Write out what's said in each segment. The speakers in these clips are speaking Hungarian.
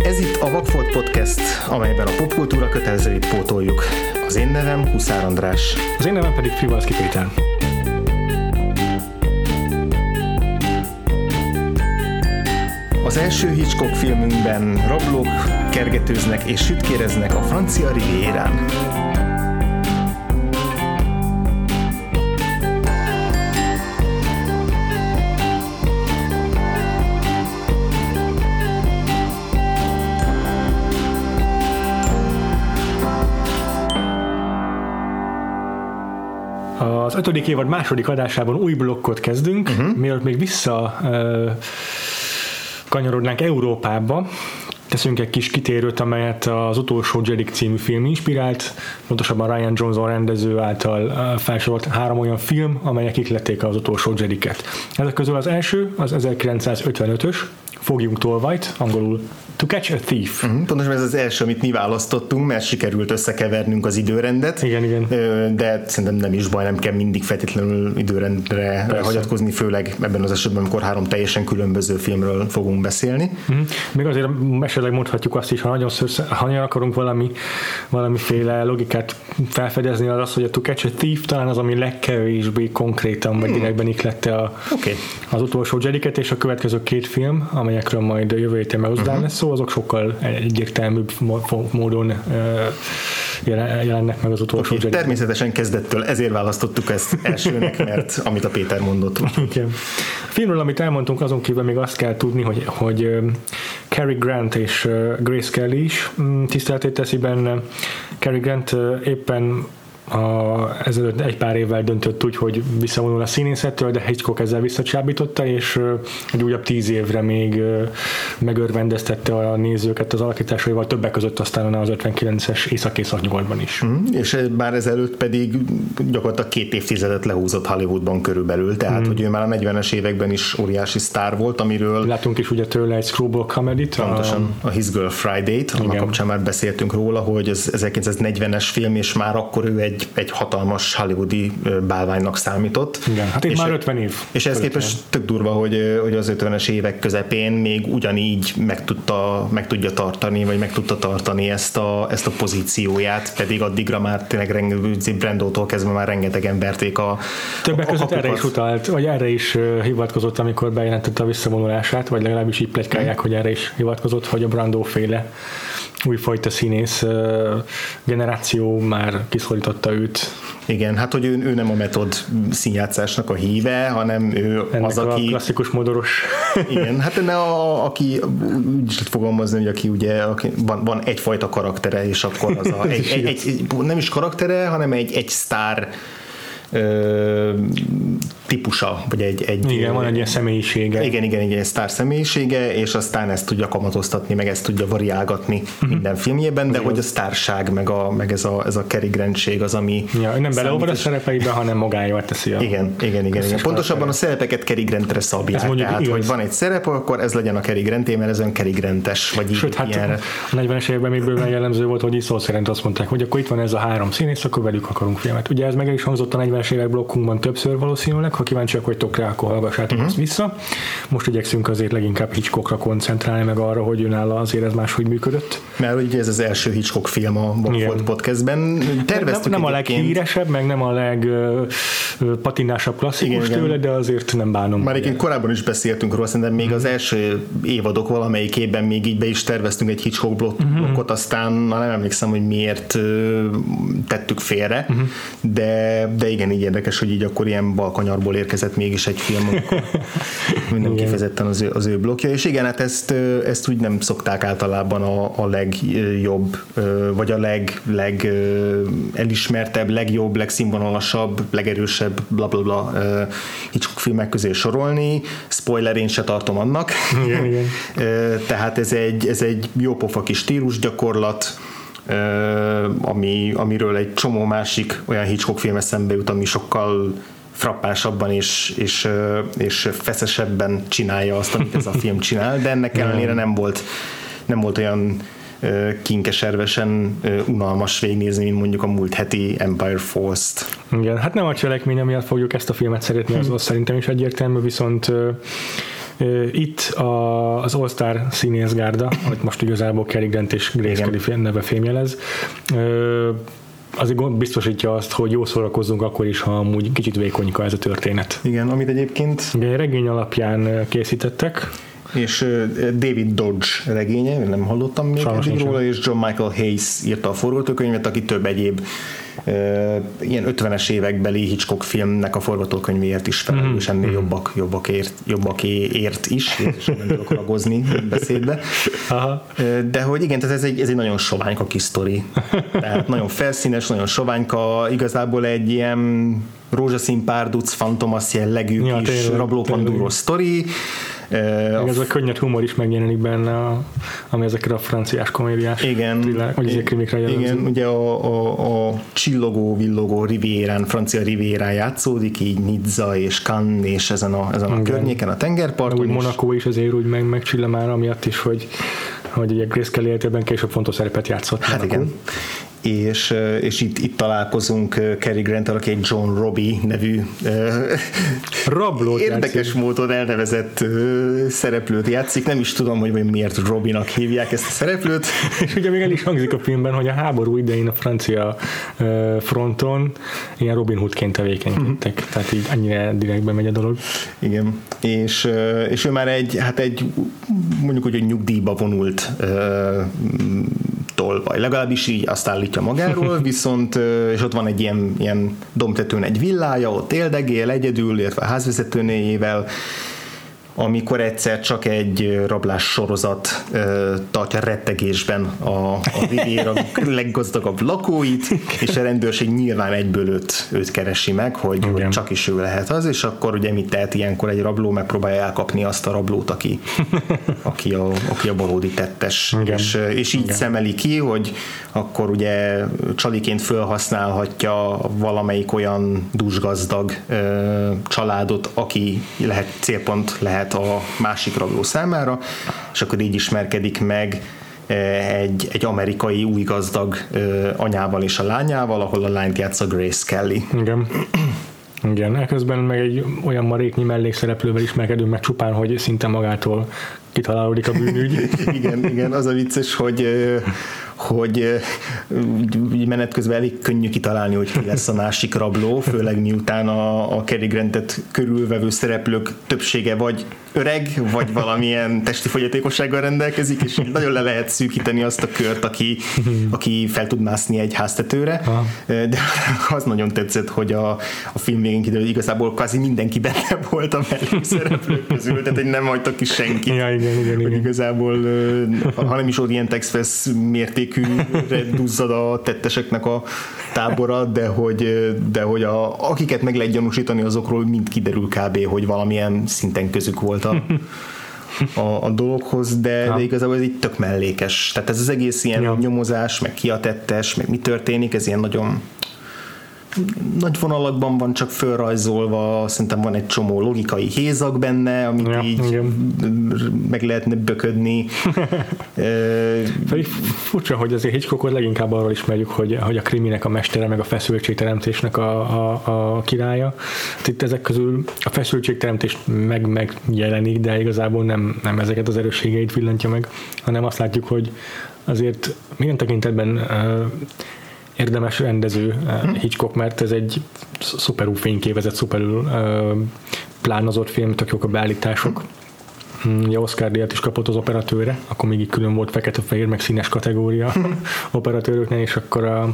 Ez itt a Vagfolt Podcast, amelyben a popkultúra kötelezőit pótoljuk. Az én nevem Huszár András. Az én nevem pedig Frivalszki Péter. Az első Hitchcock filmünkben rablók kergetőznek és sütkéreznek a francia rivierán. Az 5. évad második adásában új blokkot kezdünk, mielőtt még kanyarodnánk Európába. Teszünk egy kis kitérőt, amelyet az Utolsó Jedi című film inspirált, pontosabban Rian Johnson rendező által felsorolt 3 olyan film, amelyek ihlették az Utolsó Jediket. Ezek közül az első, az 1955-ös, Fogjunk tolvajt, angolul To Catch a Thief. Pontosan ez az első, amit mi választottunk, mert sikerült összekevernünk az időrendet. Igen. De szerintem nem is baj, nem kell mindig feltétlenül időrendre hagyatkozni, főleg ebben az esetben, amikor 3 teljesen különböző filmről fogunk beszélni. Még azért esetleg mondhatjuk azt is, ha nagyon akarunk valamiféle logikát felfedezni, az, hogy a To Catch a Thief talán az, ami legkevésbé konkrétan vagy direktben ihlette az Utolsó Jediket, és a következő 2 film, amelyekről majd jövő héten megosztás lesz szó, azok sokkal egyértelműbb módon jelennek meg az Utolsó Jedi. Természetesen kezdettől ezért választottuk ezt elsőnek, mert amit a Péter mondott. Igen. A filmről, amit elmondtunk, azon kívül még azt kell tudni, hogy Cary Grant és Grace Kelly is tiszteletét teszi benne. Cary Grant éppen ezelőtt egy pár évvel döntött úgy, hogy visszavonul a színészettől, de Hitchcock ezzel visszacsábította, és egy újabb 10 évre még megörvendeztette a nézőket az alakításaival, többek között aztán az 59-es Észak-Észak-nyugatban is. És bár ezelőtt pedig gyakorlatilag 2 évtizedet lehúzott Hollywoodban körülbelül, tehát hogy ő már a 40-es években is óriási sztár volt, amiről látunk is ugye tőle egy screwball comedy-t. Pontosan, a His Girl Friday-t, annak kapcsán már beszéltünk róla, hogy az 1940-es film, és már akkor ő egy hatalmas hollywoodi bálványnak számított. Igen, hát itt már 50 év. És ehhez képest tök durva, hogy az 50-es évek közepén még ugyanígy meg tudja tartani ezt a pozícióját, pedig addigra már tényleg Brandótól kezdve már rengetegen verték többek között erre is utalt, vagy erre is hivatkozott, amikor bejelentette a visszavonulását, vagy legalábbis így pletykálják, hogy erre is hivatkozott, hogy a Brandó-féle újfajta színész generáció már kiszólította őt. Igen, hát hogy ő nem a metód színjátszásnak a híve, hanem ő ennek az, aki... klasszikus modoros. Igen, hát aki úgy is lehet fogalmazni, hogy aki van egyfajta karaktere, és akkor az nem is karaktere, hanem egy sztár típusa, vagy igen, van egy ilyen személyisége. Igen, egy sztár személyisége, és aztán ezt tudja kamatoztatni, meg ezt tudja variálgatni minden filmjében, de hogy a sztárság, meg ez a Cary Grant-ség az, ami... Ja, nem beleolvad a szerepeiben, hanem magáévá teszi a... Igen. Pontosabban a szerepeket Cary Grantre szabják, tehát hogy van egy szerep, akkor ez legyen a Cary Granté, mert ez olyan Cary Grant-es, vagy sőt, hát ilyenre. A 40-es években még bőven jellemző volt, hogy így szó szerint azt mondták, hogy akkor itt van ez a 3 színész, akkor velük akarunk filmet. Ugye ez meg is hangzott a 40-es évek blokkunkban többször valószínűleg, ha kíváncsiak vagytok rá, akkor hallgassátok azt vissza. Most igyekszünk azért leginkább Hitchcockra koncentrálni, meg arra, hogy önálló azért ez máshogy működött. Mert ugye ez az első Hitchcock film a Vagfolt Podcastben. Terveztük nem a leghíresebb, meg nem a legpatinásabb klasszikus tőle, de azért nem bánom. Már egyébként korábban is beszéltünk róla, szerintem még az első évadok valamelyikében még így be is terveztünk egy Hitchcock blokkot, aztán nem emlékszem, hogy miért tettük félre, de igen, így érdekes, hogy így akkor ilyen balkanyarból érkezett mégis egy film, amikor minden kifejezetten az ő blokkja, és igen, hát ezt úgy nem szokták általában a legjobb, vagy a elismertebb, legjobb, legszínvonalasabb, legerősebb blablabla Hitchcock filmek közé sorolni. Spoiler, én se tartom annak. Igen. Tehát ez egy jópofa kis stílusgyakorlat, amiről egy csomó másik olyan Hitchcock film eszembe jut, ami sokkal frappánsabban és feszesebben csinálja azt, amit ez a film csinál, de ennek ellenére nem volt olyan kinkeservesen unalmas végignézni, mint mondjuk a múlt heti Empire Force-t. Igen, hát nem a cselekmény miatt fogjuk ezt a filmet szeretni, az szerintem is egyértelmű, viszont Itt az All-Star színészgárda, amit most igazából Cary Grant és Grace Kelly neve fémjelez, azért biztosítja azt, hogy jól szórakozzunk akkor is, ha amúgy kicsit vékonyka ez a történet. Igen, amit egyébként... Igen, regény alapján készítettek. És David Dodge regénye, nem hallottam még eddig róla, és John Michael Hayes írta a forgatókönyvet, aki több egyéb ilyen 50-es évekbeli Hitchcock filmnek a forgatókönyvéért is felelős, ennél jobbakért is, és nem tudok ragozni beszédbe. Aha. De hogy igen, tehát ez egy nagyon soványka kis sztori. Tehát nagyon felszínes, nagyon soványka, igazából egy ilyen rózsaszín párduc, fantomasz jellegű kis rablópandúró sztori. Ez a könnyed humor is megjelenik benne, ami ezekre a franciás komédiás thriller, vagy ezek krimikre jellemző. Igen, ugye a csillogó, villogó rivérán, francia rivérán játszódik, így Nizza és Cannes és ezen a környéken, a tengerparton. Úgy Monaco is azért úgy megcsilla már amiatt is, hogy ugye Grace Kelly életében később fontos szerepet játszott. Hát Monaco. Igen. És itt találkozunk Cary Grant-tal, aki egy John Robbie nevű érdekes módon elnevezett szereplőt játszik. Nem is tudom, hogy miért Robbie-nak hívják ezt a szereplőt. És ugye még el is hangzik a filmben, hogy a háború idején a francia fronton ilyen Robin Hoodként tevékenykedtek. Tehát így annyira direktben megy a dolog. Igen. És ő már egy mondjuk úgy, hogy nyugdíjba vonult tolvaj. Legalábbis így azt állítja magáról, viszont, és ott van egy ilyen dombtetőn egy villája, ott éldegél egyedül, illetve a házvezetőnéjével, amikor egyszer csak egy rablás sorozat tartja rettegésben a Riviera leggazdagabb lakóit, és a rendőrség nyilván egyből őt keresi meg, hogy csak is ő lehet az, és akkor ugye mit tehet ilyenkor egy rabló, megpróbálja elkapni azt a rablót, aki a valódi tettes, és így szemeli ki, hogy akkor ugye csaliként felhasználhatja valamelyik olyan dúsgazdag családot, aki célpont lehet a másik rabló számára, és akkor így ismerkedik meg egy amerikai új gazdag anyával és a lányával, ahol a lányt játsza Grace Kelly. Igen, ekközben meg egy olyan maréknyi mellékszereplővel ismerkedünk meg csupán, hogy szinte magától kitalálódik a bűnügy. igen, az a vicces, hogy menet közben elég könnyű kitalálni, hogy ki lesz a másik rabló, főleg miután a Cary Grantet körülvevő szereplők többsége vagy öreg, vagy valamilyen testi fogyatékossággal rendelkezik, és nagyon le lehet szűkíteni azt a kört, aki fel tud mászni egy háztetőre. De az nagyon tetszett, hogy a film végén kiderül, hogy igazából kvázi mindenki benne volt a mellékszereplők közül, tehát nem hagytak ki senkit. Ja, igen. Igazából, ha nem is Orient Express mértékűre duzzad a tetteseknek a tábora, de hogy akiket meg lehet gyanúsítani, azokról mind kiderül kb., hogy valamilyen szinten közük volt a dologhoz, de igazából ez így tök mellékes. Tehát ez az egész ilyen nyomozás, meg ki a tettes, meg mi történik, ez ilyen nagyon nagy vonalakban van csak fölrajzolva, szerintem van egy csomó logikai hézag benne, amit így meg lehetne böködni. Pedig furcsa, hogy azért Hitchcockot leginkább arról ismerjük, hogy a kriminek a mestere, meg a feszültségteremtésnek a királya. Itt ezek közül a feszültségteremtés megjelenik, de igazából nem ezeket az erősségeit villantja meg, hanem azt látjuk, hogy azért minden tekintetben érdemes rendező Hitchcock, mert ez egy szuperül fényképezett, szuperül plánozott film, tök jók a beállítások. Ugye Oscar-díjat is kapott az operatőre, akkor még így külön volt fekete-fehér, meg színes kategória operatőröknél, és akkor a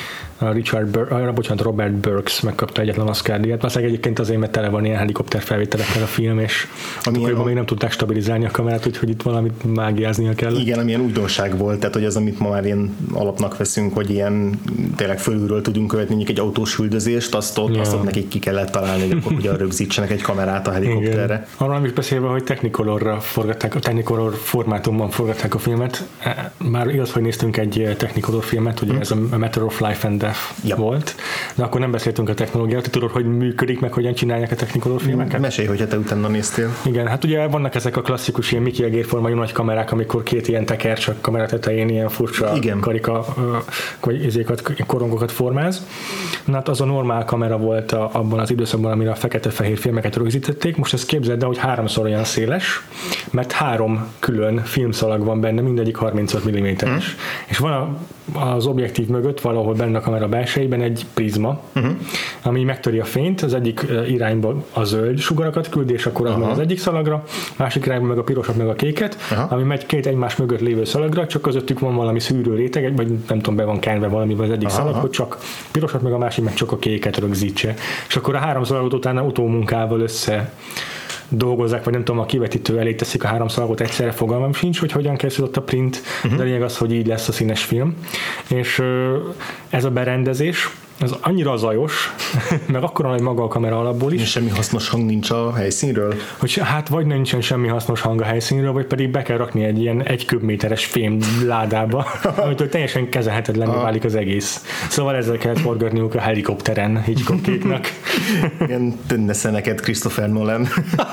Robert Burks megkapta egyetlen Oscar-díjat. Valószínűleg egyébként azért, mert tele van ilyen helikopter felvételekkel a film, és akkor még nem tudták stabilizálni a kamerát, úgyhogy itt valamit mágiáznia kell. Igen, amilyen újdonság volt, tehát hogy az, amit ma már ilyen alapnak veszünk, hogy ilyen tényleg fölülről tudunk követni mondjuk egy autós üldözést, azt ott nekik ki kellett találni, hogy akkor ugye rögzítsenek egy kamerát a helikopterre. Arról nem is beszélve, hogy Technicolor formátumban forgatták a filmet. Már igaz, hogy néztünk egy Technicolor filmet, ugye ez a Matter of Life and Death XLF volt, de akkor nem beszéltünk a technológiáról. Te tudod, hogy működik, meg hogyan csinálják a Technicolor filmeket? Mesélj, hogyha te utána néztél. Igen, hát ugye vannak ezek a klasszikus ilyen Mickey egérformájú nagy kamerák, amikor két ilyen tekercsak kamera tetején ilyen furcsa karika vagy korongokat formáz. Na, hát az a normál kamera volt abban az időszakban, amire a fekete-fehér filmeket rögzítették. Most ezt képzeld el, hogy 3-szor olyan széles, mert 3 külön filmszalag van benne, mindegyik 35 mm-es. És van az objektív mögött valahol benne a kamera belsejében egy prizma, ami megtöri a fényt, az egyik irányba a zöld sugarakat küldi, és akkor az megy az egyik szalagra, másik irányba meg a pirosat, meg a kéket, ami megy két egymás mögött lévő szalagra, csak közöttük van valami szűrő réteg, vagy nem tudom, be van kenve valamivel az egyik szalag, hogy csak pirosat, meg a másik meg csak a kéket rögzítse. És akkor a 3 szalagot utána utómunkával össze dolgozzák, vagy nem tudom, a kivetítő elé teszik a 3 szalagot egyszerre, fogalmam sincs, hogy hogyan készült a print, de lényeg az, hogy így lesz a színes film. És ez a berendezés, ez annyira zajos, meg akkora nagy maga a kamera alapból is. És semmi hasznos hang nincs a helyszínről? Hogy hát vagy nincsen semmi hasznos hang a helyszínről, vagy pedig be kell rakni egy ilyen 1 köbméteres fém ládába, amitől teljesen kezelhetetlenül válik az egész. Szóval ezzel kellett forgatniuk a helikopteren Hitchcockéknak. Igen, tűnne neked Christopher Nolan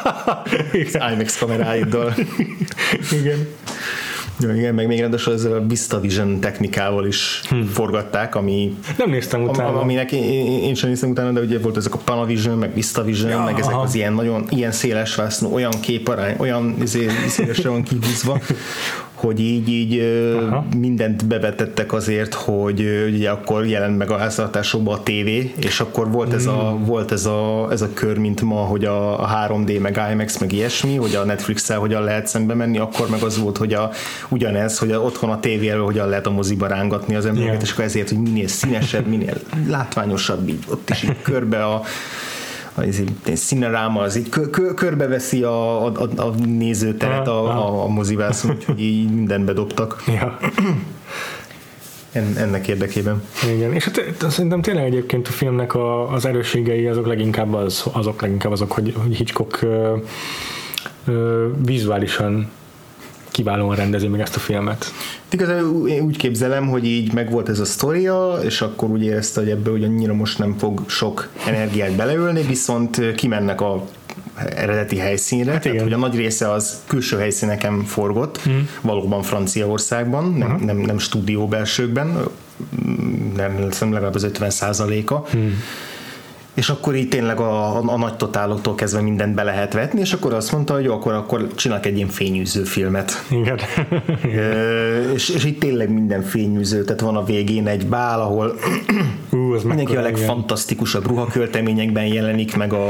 az IMAX kameráiddal. Igen. Ja, igen, meg még rendes ezzel a VistaVision technikával is forgatták, ami... Nem néztem utána. Aminek én sem néztem utána, de ugye volt ezek a Panavision, meg VistaVision, meg ezek az ilyen nagyon, ilyen széles vásznú, olyan képarány, olyan szélesre van kihúzva, hogy így mindent bevetettek azért, hogy ugye akkor jelent meg a háztartásokban a tévé, és akkor volt ez a kör, mint ma, hogy a 3D, meg IMAX, meg ilyesmi, hogy a Netflix-el hogyan lehet szembe menni, akkor meg az volt, hogy ugyanez, hogy otthon a tévé elől hogyan lehet a moziba rángatni az embereket, és akkor ezért, hogy minél színesebb, minél látványosabb, így ott is így körbe a színeráma, az így körbeveszi a nézőteret a mozivászon, úgyhogy így mindent bedobtak. Ja. Ennek érdekében. Igen, és hát szerintem tényleg egyébként a filmnek az erősségei azok leginkább azok, hogy Hitchcock vizuálisan kiválóan rendezi meg ezt a filmet. Igazából én úgy képzelem, hogy így megvolt ez a sztoria, és akkor úgy érezte, hogy ebből annyira most nem fog sok energiát beleölni, viszont kimennek a eredeti helyszínre, hát tehát hogy a nagy része az külső helyszíneken forgott, valóban Franciaországban, nem stúdióbelsőkben, nem legalább az 50%-a. És akkor így tényleg a nagy totáloktól kezdve mindent be lehet vetni, és akkor azt mondta, hogy jó, akkor csinálok egy ilyen fényűző filmet. Igen. És így tényleg minden fényűző, tehát van a végén egy bál, ahol mindenki a legfantasztikusabb ruhakölteményekben jelenik, meg a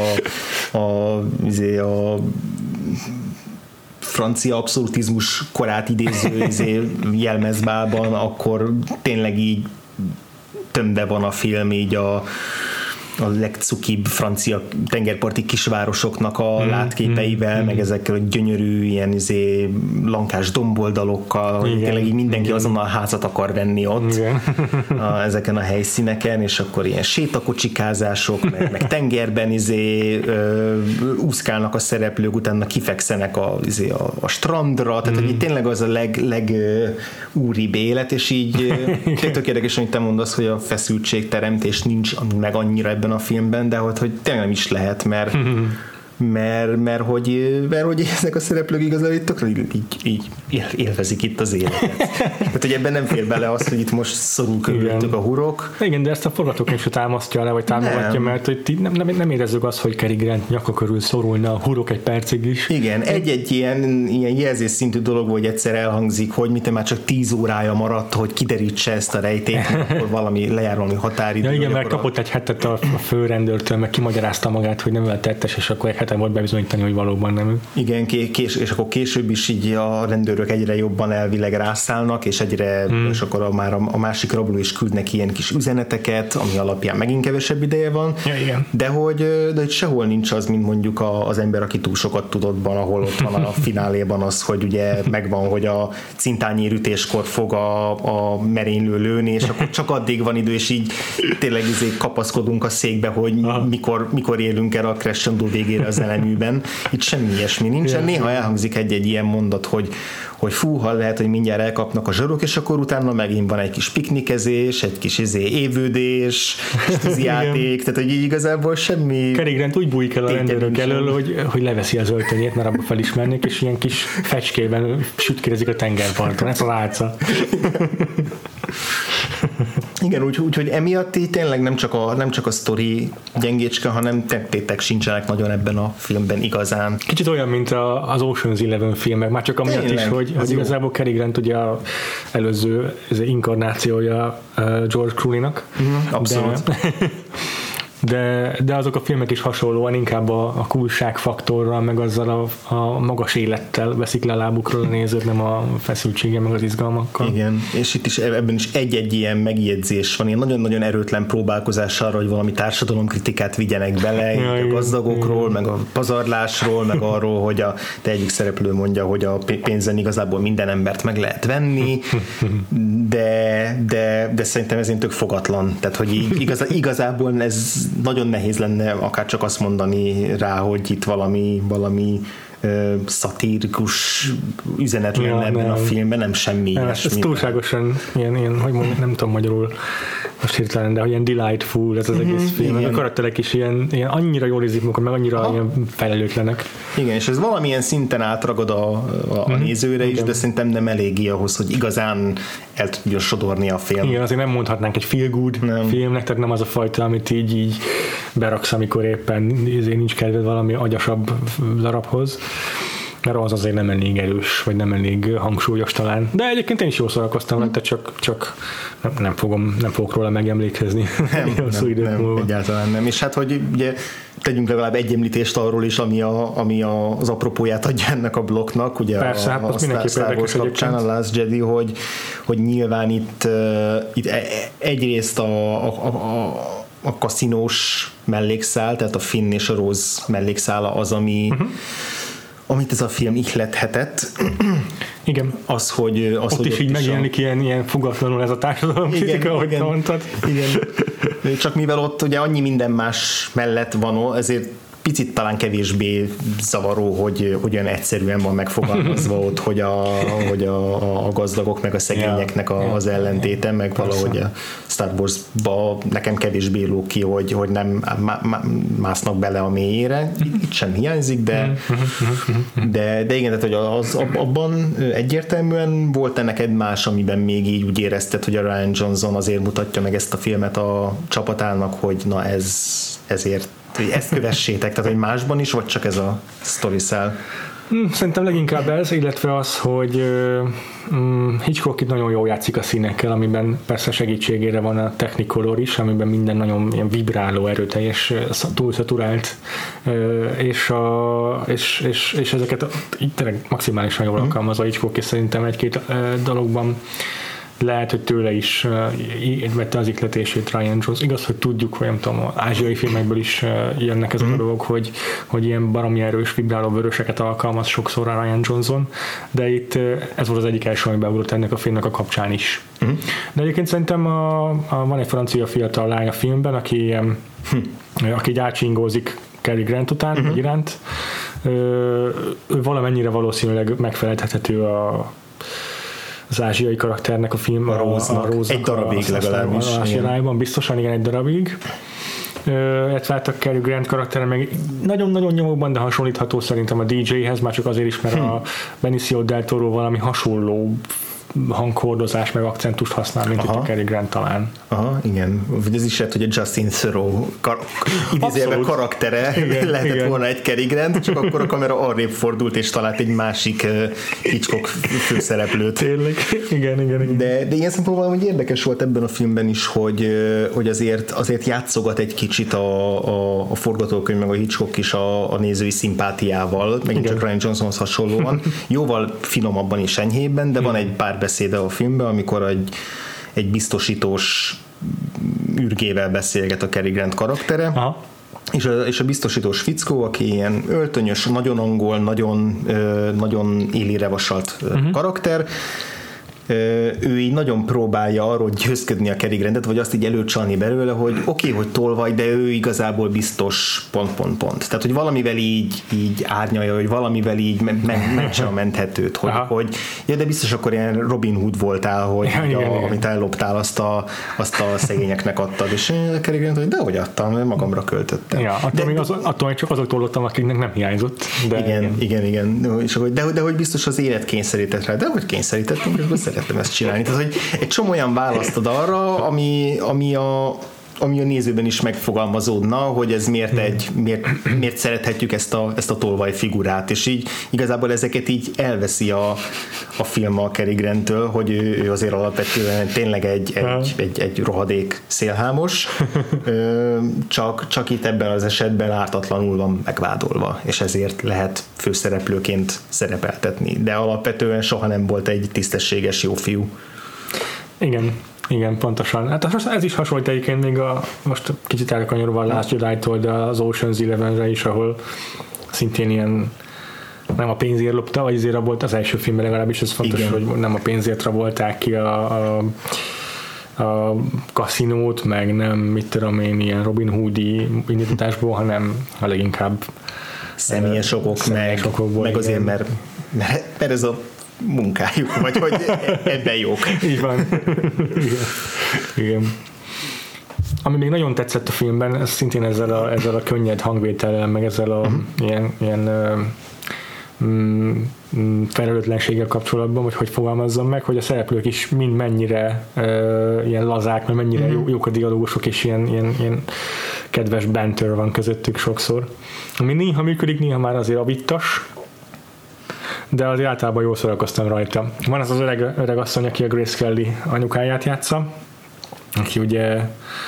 francia abszolutizmus korát idéző jelmezbálban, akkor tényleg így tömve van a film így a legcukibb francia tengerparti kisvárosoknak a látképeivel, meg ezekkel a gyönyörű ilyen lankás domboldalokkal, hogy tényleg így mindenki azonnal házat akar venni ott ezeken a helyszíneken, és akkor ilyen sétakocsikázások, meg tengerben úszkálnak a szereplők, utána kifekszenek a strandra, tehát hogy tényleg az a legúribb élet, és így tök érdekes, hogy te mondasz, hogy a feszültségteremtés nincs meg annyira ebben a filmben, de hogy tényleg nem is lehet, mert hogy ezek a szereplők igazából tökre így élvezik itt az életet. Tehát, hogy ebben nem fér bele az, hogy itt most szorul körülöttük a hurok. Igen, de ezt a forgatókönyv se támasztja le, vagy támogatja, mert hogy nem érezzük azt, hogy Cary Grant nyaka körül szorulna a hurok egy percig is. Igen, egy ilyen jelzés szintű dolog, hogy egyszer elhangzik, hogy mit már csak 10 órája maradt, hogy kiderítse ezt a rejtét, akkor lejár valami határidő. Ja, igen, mert kapott egy hetet a főrendőrtől, meg kimagyarázta magát, hogy nem ő a tettes, és akkor egy heten volt bebizonyítani, hogy valóban nem ő. Igen, és akkor később is így a rendőrök egyre jobban elvileg rászállnak, és és akkor már a másik rabló is küld neki ilyen kis üzeneteket, ami alapján megint kevesebb ideje van. Ja, igen. De hogy sehol nincs az, mint mondjuk az ember, aki túl sokat tudodban, ahol ott van a fináléban az, hogy ugye megvan, hogy a cintányérütéskor fog a merénylő lőni, és akkor csak addig van idő, és így tényleg kapaszkodunk a székbe, hogy mikor élünk el a crescendo végére az zeneműben. Itt semmi ilyesmi nincsen. Néha elhangzik egy ilyen mondat, hogy fúha, lehet, hogy mindjárt elkapnak a zsarok, és akkor utána megint van egy kis piknikezés, egy kis évődés, játék, tehát hogy így igazából semmi... Cary Grant úgy bújik el a rendőrök elől, hogy leveszi az öltönyét, mert abba felismernék, és ilyen kis fecskében sütkérezik a tengerparton. Ez az álca. Igen, úgyhogy emiatt így tényleg nem csak a sztori gyengécske, hanem tettétek sincsenek nagyon ebben a filmben igazán. Kicsit olyan, mint az Ocean's 11 filmek, már csak amiatt is, hogy igazából Cary Grant ugye az előző inkarnációja George Clooney-nak. Abszolút. De azok a filmek is hasonlóan inkább a coolság-faktorral, meg azzal a magas élettel veszik le a lábukról a nézőt, nem a feszültséggel, meg az izgalmakkal. Igen, és itt is ebben is egy-egy ilyen megjegyzés van, ilyen nagyon-nagyon erőtlen próbálkozás arra, hogy valami társadalomkritikát vigyenek bele, a gazdagokról, meg a pazarlásról, meg arról, hogy te egyik szereplő mondja, hogy a pénzen igazából minden embert meg lehet venni, de szerintem ez tök fogatlan. Tehát, hogy igazából ez nagyon nehéz lenne akár csak azt mondani rá, hogy itt valami szatirikus üzenet lenne ebben a filmben, nem semmi ilyesmi. Ez túlságosan ilyen, hogy mondjam, nem tudom magyarul most hirtelen, de hogy ilyen delightful ez az egész film. A karakterek is ilyen annyira jól érzik magukat, meg annyira ilyen felelőtlenek. Igen, és ez valamilyen szinten átragad a nézőre is, de szerintem nem eléggé ahhoz, hogy igazán el tudjon sodorni a film. Igen, azért nem mondhatnánk egy feel good filmnek, tehát nem az a fajta, amit így beraksz, amikor éppen nincs kedved valami agyasabb darabhoz, mert az azért nem elég erős, vagy nem elég hangsúlyos talán. De egyébként én is jól szórakoztam rá, csak nem fogok róla megemlékezni. Nem, egyáltalán nem. És hát, hogy ugye tegyünk legalább egy említést arról is, ami az apropóját adja ennek a blokknak, ugye persze, a Star Wars kapcsán, a Last Jedi, hogy nyilván itt egyrészt a kaszinós mellékszál, tehát a Finn és a Rose mellékszála az, amit ez a film ihlethetett. Igen. Ott is így megjelenik ilyen fogatlanul ez a társadalom kritika, ahogy mondtad. Igen. Csak mivel ott ugye annyi minden más mellett van, ezért picit talán kevésbé zavaró, hogy olyan egyszerűen van megfogalmazva ott, hogy a gazdagok meg a szegényeknek az ellentéte, meg valahogy a Star Wars-ba nekem kevésbé lóg ki, hogy nem másznak bele a mélyére. Itt sem hiányzik, de igen, tehát hogy abban egyértelműen volt neked más, amiben még így úgy érezted, hogy a Rian Johnson azért mutatja meg ezt a filmet a csapatának, hogy na ezért ezt kövessétek, tehát hogy másban is, vagy csak ez a sztori szál? Szerintem leginkább ez, illetve az, hogy Hitchcock itt nagyon jól játszik a színekkel, amiben persze segítségére van a Technicolor is, amiben minden nagyon ilyen vibráló, erőteljes, túlszaturált, és ezeket így tényleg maximálisan jól alkalmazza Hitchcock, és szerintem egy-két dologban lehet, hogy tőle is vette az ihletését Rian Johnson. Igaz, hogy tudjuk, hogy nem tudom, az ázsiai filmekből is jönnek ezek a dolgok, hogy ilyen baromi erős, vibráló vöröseket alkalmaz sokszor a Rian Johnson, de itt ez volt az egyik első, ami beugrott ennek a filmnek a kapcsán is. De egyébként szerintem van egy francia fiatal lány a filmben, aki így átsingózik Cary Grant után, iránt. Ő valamennyire valószínűleg megfeleltethető az ázsiai karakternek a film, a Rose-nak. Egy darabig legalábbis. Biztosan igen, egy darabig. Illetve hát a Cary Grant karaktere meg nagyon-nagyon nyomokban, de hasonlítható szerintem a DJ-hez, már csak azért is, mert a Benicio del Toro valami hasonló hanghordozás meg akcentust használ, mint itt a Cary Grant talán. Aha, igen. Vagy ez is lehet, hogy a Justin Theroux idézőjelben karaktere lehetett volna egy Cary Grant, csak akkor a kamera arrébb fordult, és talált egy másik Hitchcock főszereplőt. Tényleg, igen. De ilyen szempontból hogy érdekes volt ebben a filmben is, hogy azért játszogat egy kicsit a forgatókönyv, meg a Hitchcock is a nézői szimpátiával, megint csak Rian Johnsonhoz hasonlóan. Jóval finomabban és enyhébben, de van egy pár beszéde a filmben, amikor egy biztosítós űrgével beszélget a Cary Grant karaktere. Aha. És a biztosítós fickó, aki ilyen öltönyös, nagyon angol, nagyon élire vasalt karakter, ő így nagyon próbálja arról győzködni a Cary Grantet, vagy azt így előcsalni belőle, hogy oké, hogy tolvaj, de ő igazából biztos ... Tehát, hogy valamivel így árnyalja, hogy valamivel így mentse a menthetőt, hogy ja, de biztos akkor ilyen Robin Hood voltál, hogy amit elloptál, azt a szegényeknek adtad, és Cary Grant, hogy dehogy adtam, magamra költöttem. Ja, attól csak azok tollottam, akiknek nem hiányzott. De igen. És de hogy biztos az élet kényszerített rá, de hogy kényszerítettem, és szerettem ezt csinálni. Tehát, hogy egy csomó olyan választ ad arra, ami a nézőben is megfogalmazódna, hogy ez miért szerethetjük ezt a tolvaj figurát, és így igazából ezeket így elveszi a film a Cary Granttől, hogy ő azért alapvetően tényleg egy rohadék szélhámos, csak itt ebben az esetben ártatlanul van megvádolva, és ezért lehet főszereplőként szerepeltetni, de alapvetően soha nem volt egy tisztességes jó fiú. Igen, pontosan. Hát ez is hasonlít egyébként még most kicsit elkanyarodva a Last Jedi-tól, de az Ocean's 11-re is, ahol szintén ilyen nem a pénzért lopta, vagy azért volt az első filmben legalábbis, ez fontos, igen, hogy nem a pénzért rabolták ki a kaszinót, meg nem, mit tudom én, ilyen Robin Hoodi indításból, hanem a leginkább személyes okok, meg azért, mert ez a munkájuk, vagy hogy ebben jók. Így van. Igen. Ami még nagyon tetszett a filmben, ez szintén ezzel a könnyed hangvétellel, meg ezzel a ilyen felelőtlenséggel kapcsolatban, vagy hogy fogalmazzam meg, hogy a szereplők is mind mennyire ilyen lazák, mert mennyire jók a dialógusok, és ilyen kedves banter van közöttük sokszor. Ami néha működik, néha már azért avittas, de azért általában jól szórakoztam rajta. Van az öreg asszony, aki a Grace Kelly anyukáját játsza, aki ugye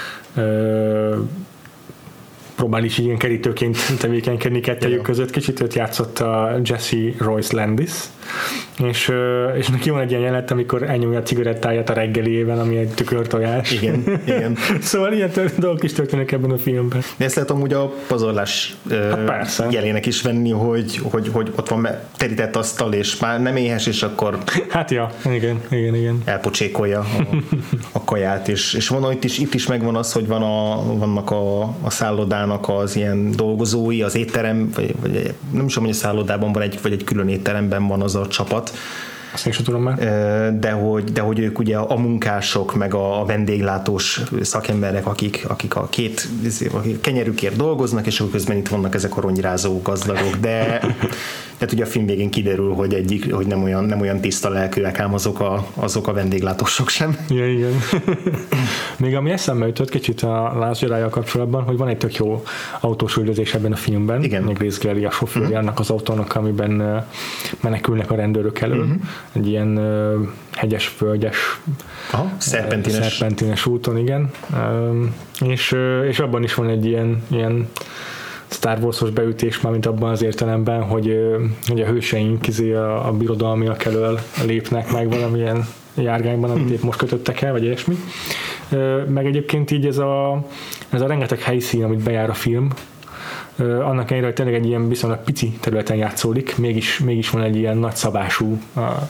próbál is ilyen kerítőként tevékenykedni kettőjük között. Kicsit őt játszott a Jesse Royce Landis, és neki van egy ilyen jelenet, amikor elnyomja a cigarettáját a reggeliében, ami egy tükörtojás. Igen. Szóval ilyen dolgok is történnek ebben a filmben. De ezt lehet amúgy a pazarlás jelének is venni, hogy ott van terített asztal, és már nem éhes, és akkor hát ja, igen. elpocsékolja a kaját, és van itt is megvan az, hogy vannak a szállodának az ilyen dolgozói, az étterem, vagy nem is tudom, hogy a szállodában van vagy egy külön étteremben van az a csapat. Azt én sem tudom már. De hogy ők ugye a munkások, meg a vendéglátós szakemberek, akik a kenyerükért dolgoznak, és akkor közben itt vannak ezek a rongyrázó gazdagok, de ugye a film végén kiderül, hogy nem olyan tiszta lelkűek ám azok a vendéglátósok sem. Igen. Még ami eszembe jutott kicsit a Last Jedi-jal kapcsolatban, hogy van egy tök jó autós üldözés ebben a filmben. Igen. Grace Kelly a sofőrje annak az autónak, amiben menekülnek a rendőrök elől. Egy ilyen hegyes, völgyes, szerpentines úton, igen. És abban is van egy ilyen Star Wars-os beütés, már mint abban az értelemben, hogy a hőseink a birodalmiak elől lépnek meg valamilyen járgányban, amit épp most kötöttek el, vagy ilyesmi. Meg egyébként így ez a rengeteg helyszín, amit bejár a film, annak ellenére, hogy tényleg egy ilyen viszonylag pici területen játszódik, mégis van egy ilyen nagyszabású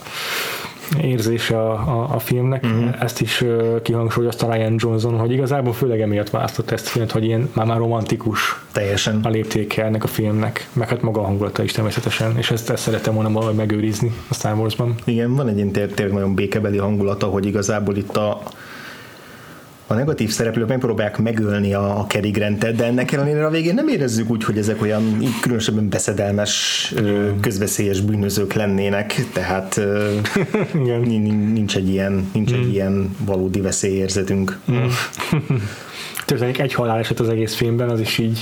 érzése a filmnek. Ezt is kihangsúlyozta Ryan Johnson, hogy igazából főleg emiatt választott ezt a filmet, hogy ilyen már romantikus teljesen a léptéke ennek a filmnek, meg hát maga a hangulata is természetesen, és ezt szeretem volna valahogy megőrizni a Star Wars-ban. Igen, van egy ilyen tényleg nagyon békebeli hangulata, hogy igazából itt a negatív szereplők megpróbálják megölni a Cary Grantet, de ennek ellenére a végén nem érezzük úgy, hogy ezek olyan különösebben beszedelmes, közveszélyes bűnözők lennének, tehát nincs egy ilyen valódi veszélyérzetünk. Történik egy haláleset az egész filmben, az is így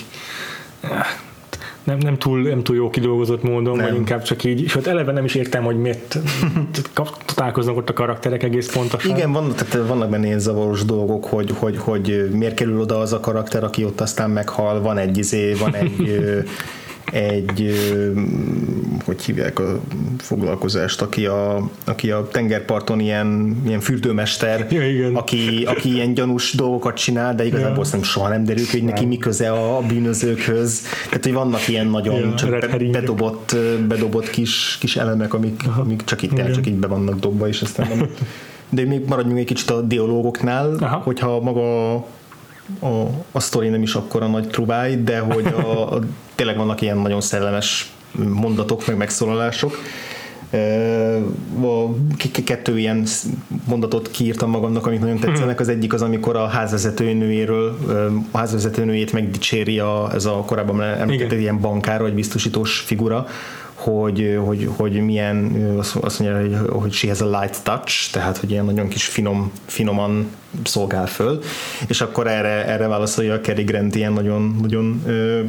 nem túl jó kidolgozott módon, vagy inkább csak így, és ott eleve nem is értem, hogy miért találkoznak ott a karakterek egész pontosan. Igen, vannak benne ilyen zavaros dolgok, hogy miért kerül oda az a karakter, aki ott aztán meghal, van egy hogy hívják a foglalkozást, aki a tengerparton ilyen fürdőmester, aki ilyen gyanús dolgokat csinál, de igazából szerintem soha nem derül, hogy neki mi köze a bűnözőkhöz. Tehát, hogy vannak ilyen nagyon csak bedobott kis elemek, amik csak itt be vannak dobva, és aztán nem. De még maradjunk egy kicsit a dialógoknál, hogyha maga a sztori nem is akkora nagy truváj, de hogy tényleg vannak ilyen nagyon szellemes mondatok, meg megszólalások. Kettő ilyen mondatot kiírtam magamnak, amik nagyon tetszenek. Az egyik az, amikor a házvezetőnőjét megdicséri ez a korábban említett ilyen bankár, vagy biztosítós figura, hogy milyen, azt mondja, hogy she has a light touch, tehát, hogy ilyen nagyon kis finoman szolgál föl, és akkor erre válaszolja a Cary Grant ilyen nagyon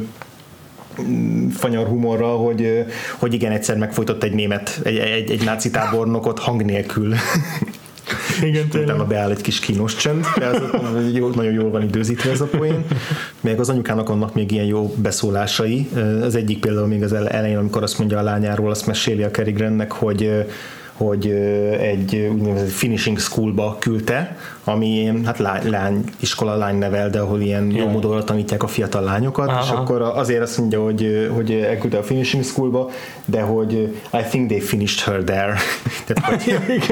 fanyar humorral, hogy igen, egyszer megfojtott egy náci tábornokot hang nélkül. Igen, utána beáll egy kis kínos csend, de az nagyon jól van időzítve ez a poén. Még az anyukának vannak még ilyen jó beszólásai. Az egyik például még az elején, amikor azt mondja a lányáról, azt meséli a Cary Grantnek, hogy egy úgynevezett finishing schoolba küldte, ami hát iskola lánynevel, de ahol ilyen jó módon tanítják a fiatal lányokat, és akkor azért azt mondja, hogy elküldte a finishing schoolba, de hogy I think they finished her there. Tehát,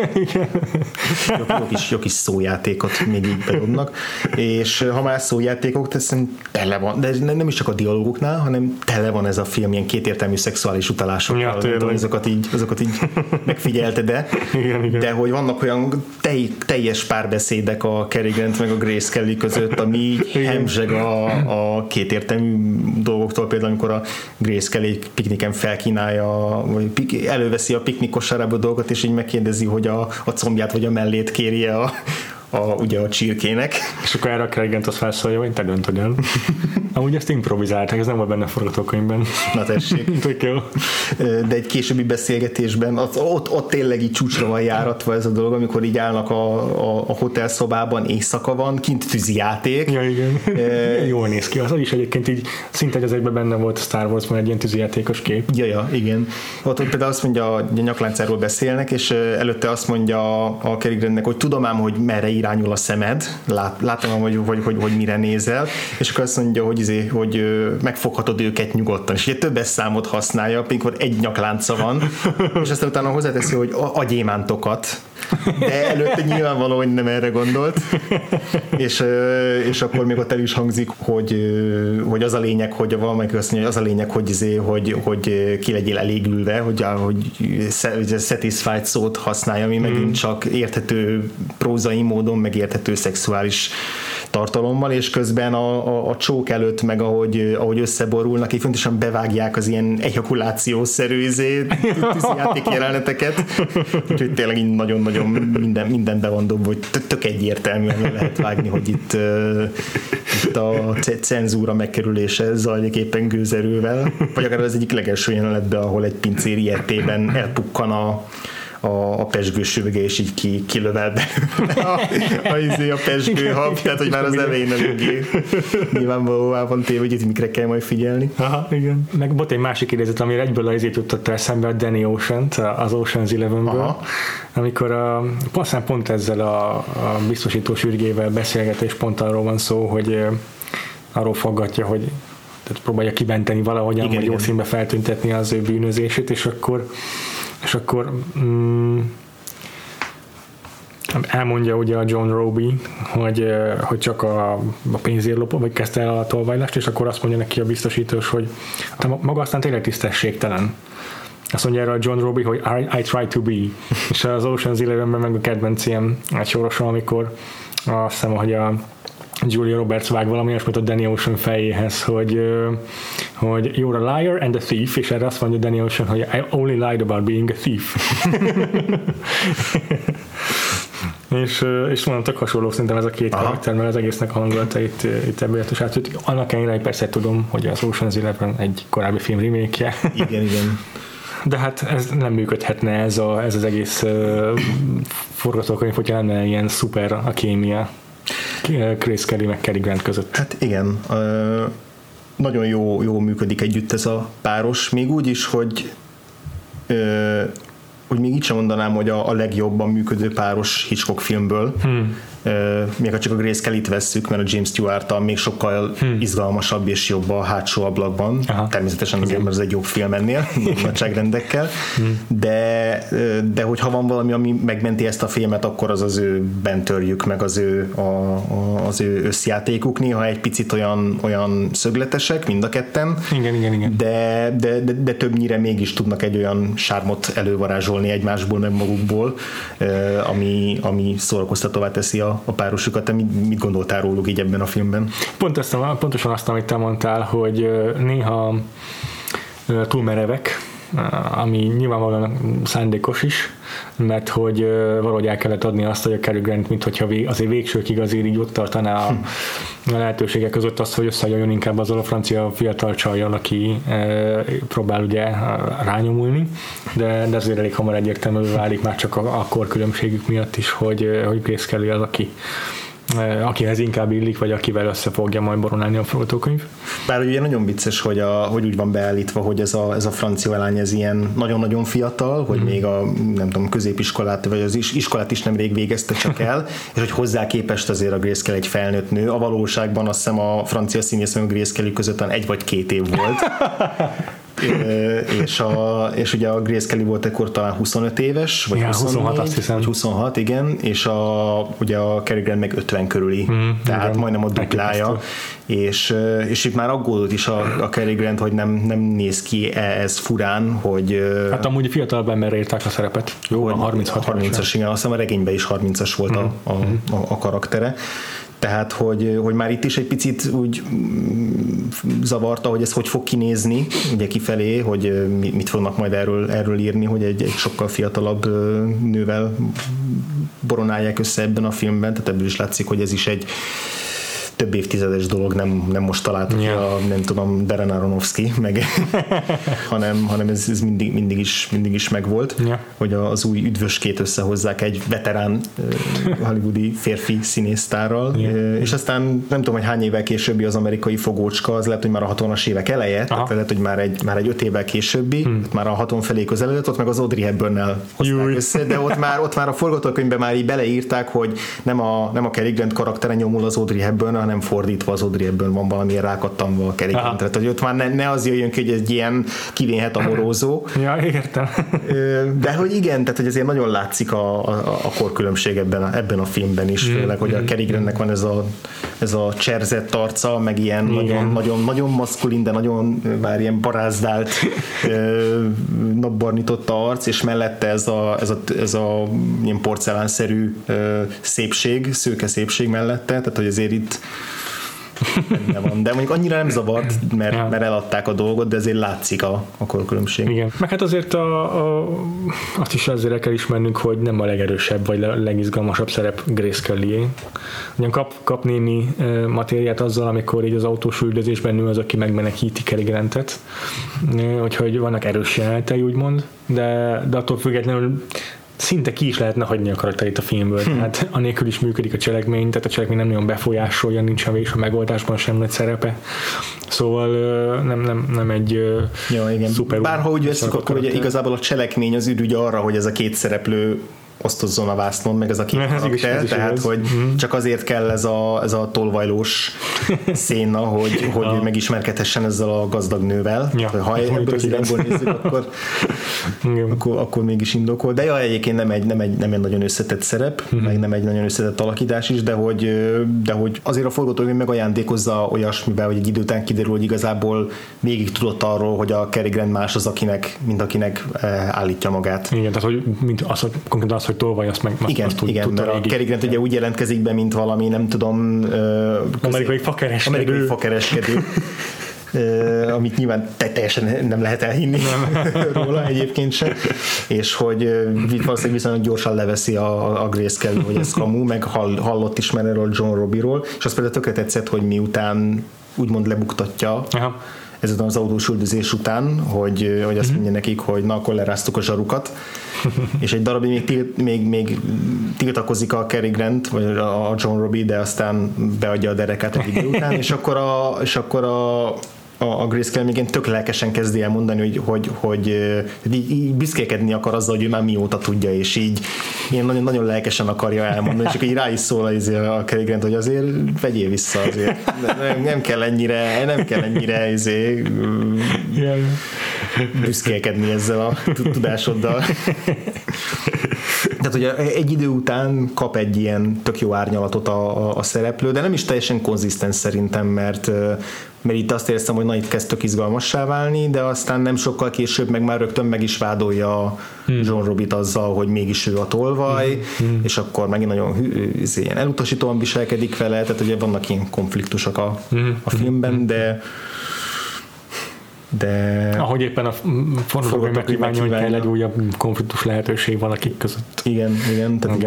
jó kis szójátékot még így bedobnak, és ha már szójátékok, teszem, tele van, de nem is csak a dialógoknál, hanem tele van ez a film ilyen kétértelmű szexuális utalásokkal, azokat így megfigyelte, de hogy vannak olyan teljes párbeszédek a Cary Grant meg a Grace Kelly között, ami így hemzseg a kétértelmű dolgoktól, például amikor a Grace Kelly pikniken felkínálja, vagy előveszi a piknik kosarába dolgot, és így megkérdezi, hogy a combját vagy a mellét kérje ugye a csirkének. És akkor erre a Cary Grant azt felszólja, hogy te döntöd el. Amúgy ezt improvizálták, ez nem volt benne a forgatókönyvben. Na tessék. De egy későbbi beszélgetésben ott tényleg így csúcsra van járatva ez a dolog, amikor így állnak a hotelszobában, éjszaka van, kint tűzijáték. Ja, igen. Jól néz ki. Az is egyébként így szinte az egyben benne volt a Star Wars-ban egy ilyen tűzijátékos kép. Ja, igen. Ott például azt mondja, a nyakláncáról beszélnek, és előtte azt mondja a Cary Grantnek, hogy tudom ám, hogy merre irányul a szemed, látom, hogy mire nézel, és akkor azt mondja, hogy megfoghatod őket nyugodtan, és ugye többes számot használja, amikor egy nyaklánca van, és aztán utána hozzáteszi, hogy a gyémántokat, de előtte nyilvánvaló, hogy nem erre gondolt, és akkor még ott el is hangzik, hogy az a lényeg, hogy valamelyik azt mondja, hogy az a lényeg, hogy ki legyél elégülve, hogy satisfied szót használja, ami megint csak érthető prózai módon, meg érthető szexuális tartalommal, és közben a csók előtt, meg ahogy összeborulnak, így fontosan bevágják az ilyen ejakulációszerű tűzijáték jeleneteket, úgyhogy tényleg így nagyon-nagyon minden be van dobva, hogy tök egyértelműen lehet vágni, hogy itt a cenzúra megkerülése zajlik éppen gőzerővel, vagy akár az egyik legelső jelenetben, ahol egy pincér ilyetében elpukkan a pezsgős üvege, és így kilövel belőle a pezsgőhab, tehát hogy már az elején eléggé nyilvánvalóvá van téve, hogy itt mikre kell majd figyelni. Aha, igen. Meg volt egy másik idézet, amire egyből azért jutott eszembe, a Danny Ocean-t, az Ocean's 11-ből, amikor pont ezzel a biztosítós ürgével beszélget, és pont arról van szó, hogy arról foggatja, hogy tehát próbálja kibenteni valahogyan, vagy jó színbe feltüntetni az ő bűnözését, és akkor elmondja ugye a John Roby, hogy csak a pénzért lopott, vagy kezdte el a tolvajlást, és akkor azt mondja neki a biztosítós, hogy maga aztán tényleg tisztességtelen. Azt mondja erre a John Roby, hogy I try to be. És az Ocean's 11-ben meg a kedvenc ilyen egy sorosom, amikor azt hiszem, hogy a Julia Roberts vág valami olyasmit a Danny Ocean fejéhez, hogy you're a liar and a thief, és erre azt mondja Danny Ocean, hogy I only lied about being a thief. és mondom, tök hasonló szerintem ez a két karakter, mert az egésznek a hangulata itt ebből jöttős át. Annak ellenére persze tudom, hogy az Ocean's 11 egy korábbi film remake-je. Igen. De hát ez nem működhetne ez az egész forgatókönyv, hogyha lenne ilyen szuper a kémia Grace Kelly meg Cary Grant között. Hát igen. nagyon jó működik együtt ez a páros, még úgy is, hogy még így sem mondanám, hogy a legjobban működő páros Hitchcock filmből, még ha csak a Grace Kellyt vesszük, mert a James Stewart-tal még sokkal izgalmasabb és jobb a Hátsó ablakban. Aha. Természetesen azért, mert ez egy jobb film ennél, nagyságrendekkel, de hogyha van valami, ami megmenti ezt a filmet, akkor az ő bentörjük, meg az ő összjátékuk, néha egy picit olyan szögletesek, mind a ketten, igen. De többnyire mégis tudnak egy olyan sármot elővarázsolni egymásból, meg magukból, ami szórakoztatóvá teszi a párosukat. Te mit gondoltál róluk így ebben a filmben? Pontosan azt, amit te mondtál, hogy néha túl merevek, ami nyilvánvalóan szándékos is, mert hogy valahogy el kellett adni azt, hogy a Cary Grant, mint hogyha azért végsőkig azért így ott tartaná a lehetőségek között azt, hogy összejöjjön inkább azzal a francia fiatal csajjal, aki próbál ugye rányomulni, de azért elég hamar egyértelműen válik már csak a korkülönbségük miatt is, hogy Grace Kelly az, akihez inkább illik, vagy akivel össze fogja majd boronálni a forgatókönyv. Bár ugye nagyon vicces, hogy úgy van beállítva, hogy ez a francia lány ez ilyen nagyon-nagyon fiatal, hogy még nem tudom, középiskolát, vagy az iskolát is nemrég végezte csak el, és hogy hozzá képest azért a Grace Kelly egy felnőtt nő. A valóságban azt hiszem a francia színész a Grace Kelly között 1 vagy 2 év volt. és ugye a Grace Kelly volt ekkor talán 25 éves, vagy 26, azt hiszem. 26, igen, és ugye a Cary Grant meg 50 körüli, tehát igen, majdnem a duplája, és itt már aggódott is a Cary Grant, hogy nem néz ki ez furán, hogy... Hát amúgy fiatalabb emberre írták a szerepet. Jó, a 30-as, igen, azt hiszem a regényben is 30-as volt a karaktere. Tehát, hogy már itt is egy picit úgy zavarta, hogy ez hogy fog kinézni, ugye kifelé, hogy mit fognak majd erről írni, hogy egy sokkal fiatalabb nővel boronálják össze ebben a filmben, tehát ebből is látszik, hogy ez is egy több évtizedes dolog, nem most találtuk ki nem tudom, Darren Aronofsky, meg, hanem ez mindig is megvolt, hogy az új üdvöskét összehozzák egy veterán hollywoodi férfi színésztárral, és aztán nem tudom, hogy hány évvel későbbi az Amerikai fogócska, az lehet, hogy már a 60-as évek eleje, tehát lehet, hogy már egy 5 évvel későbbi, már a 60 felé közeledett, ott meg az Audrey Hepburnnel hozták össze, de ott már a forgatókönyvben már így beleírták, hogy nem a Cary Grant karaktere nyomul az Audrey Hepburn, hanem fordítva az Audrey Hepburn van valamilyen rákattanva a Cary Grant. Tehát, hogy ott már ne az jöjjön ki, hogy egy ilyen kivénhet amorózó. Ja, értem. De hogy igen, tehát hogy azért nagyon látszik a korkülönbség ebben a filmben is, főleg, hogy a Cary Grantnek van ez a cserzett arca, meg ilyen nagyon maszkulin, de nagyon már ilyen barázdált napbarnította arc, és mellette ez a ilyen porcelánszerű szépség, szőke szépség mellette, tehát hogy azért itt van. De mondjuk annyira nem zavart, mert eladták a dolgot, de ezért látszik a korkülönbség. Igen. Meg hát azért azt is azért el kell ismernünk, hogy nem a legerősebb vagy a legizgalmasabb szerep Grace Kellyé. Ugyan kap némi matériát azzal, amikor így az autós üldözésben nő az, aki megmenekíti Cary Grantet. Úgyhogy vannak erős jelenetei, úgymond, de attól függetlenül szinte ki is lehetne hagyni a karakterét a filmből. Tehát anélkül is működik a cselekmény, tehát a cselekmény nem nagyon befolyásolja, nincsen végig a megoldásban sem nagy szerepe. Szóval nem egy szuper... Bárha úgy veszük, akkor ugye igazából a cselekmény az ürügy arra, hogy ez a két szereplő osztozzon a vásznon, meg ez a két karakter, tehát hogy csak azért kell ez a tolvajlós széna, hogy megismerkedhessen ezzel a gazdag nővel. Ha ebből az irányból nézzük, akkor mégis indokol. De egyébként nem egy nagyon összetett szerep, meg nem egy nagyon összetett alakítás is, de hogy azért a forgatókönyv megajándékozza olyasmivel, hogy egy idő után kiderül, hogy igazából végig tudott arról, hogy a Cary Grant más az, akinek állítja magát. Igen, tehát hogy konkrétan hogy tolvaj, azt igen, mert a Cary Grant ugye úgy jelentkezik be, mint valami, nem tudom, amerikai fakereskedő. Amit nyilván teljesen nem lehet elhinni róla egyébként sem, és hogy valószínűleg viszonylag gyorsan leveszi a Grace Kelly, hogy ez kamu, meg hallott is már erről John Robbie-ról, és az például tökre tetszett, hogy miután úgymond lebuktatja ezen az autós üldözés után, hogy azt mondja nekik, hogy na, akkor leráztuk a zsarukat, és egy darabig még tiltakozik a Cary Grant, vagy a John Robbie, de aztán beadja a derekát egy idő után, és akkor a a Grace Kelly még tök lelkesen kezdi el mondani, hogy így büszkélkedni akar azzal, hogy ő már mióta tudja, és így ilyen nagyon, nagyon lelkesen akarja elmondani, és akkor így rá is szól a Cary Grant, hogy azért vegyél vissza azért. Nem kell ennyire büszkélkedni ezzel a tudásoddal. Tehát ugye egy idő után kap egy ilyen tök jó árnyalatot a szereplő, de nem is teljesen konzisztens szerintem, mert itt azt éreztem, hogy na, itt kezd tök izgalmassá válni, de aztán nem sokkal később meg már rögtön meg is vádolja John Robit azzal, hogy mégis ő a tolvaj, és akkor megint nagyon ilyen elutasítóan viselkedik vele, tehát ugye vannak ilyen konfliktusok a filmben, de ahogy éppen a forgatókönyv megkívánja, hogy kell egy újabb konfliktus lehetőség valakik között. Igen, tehát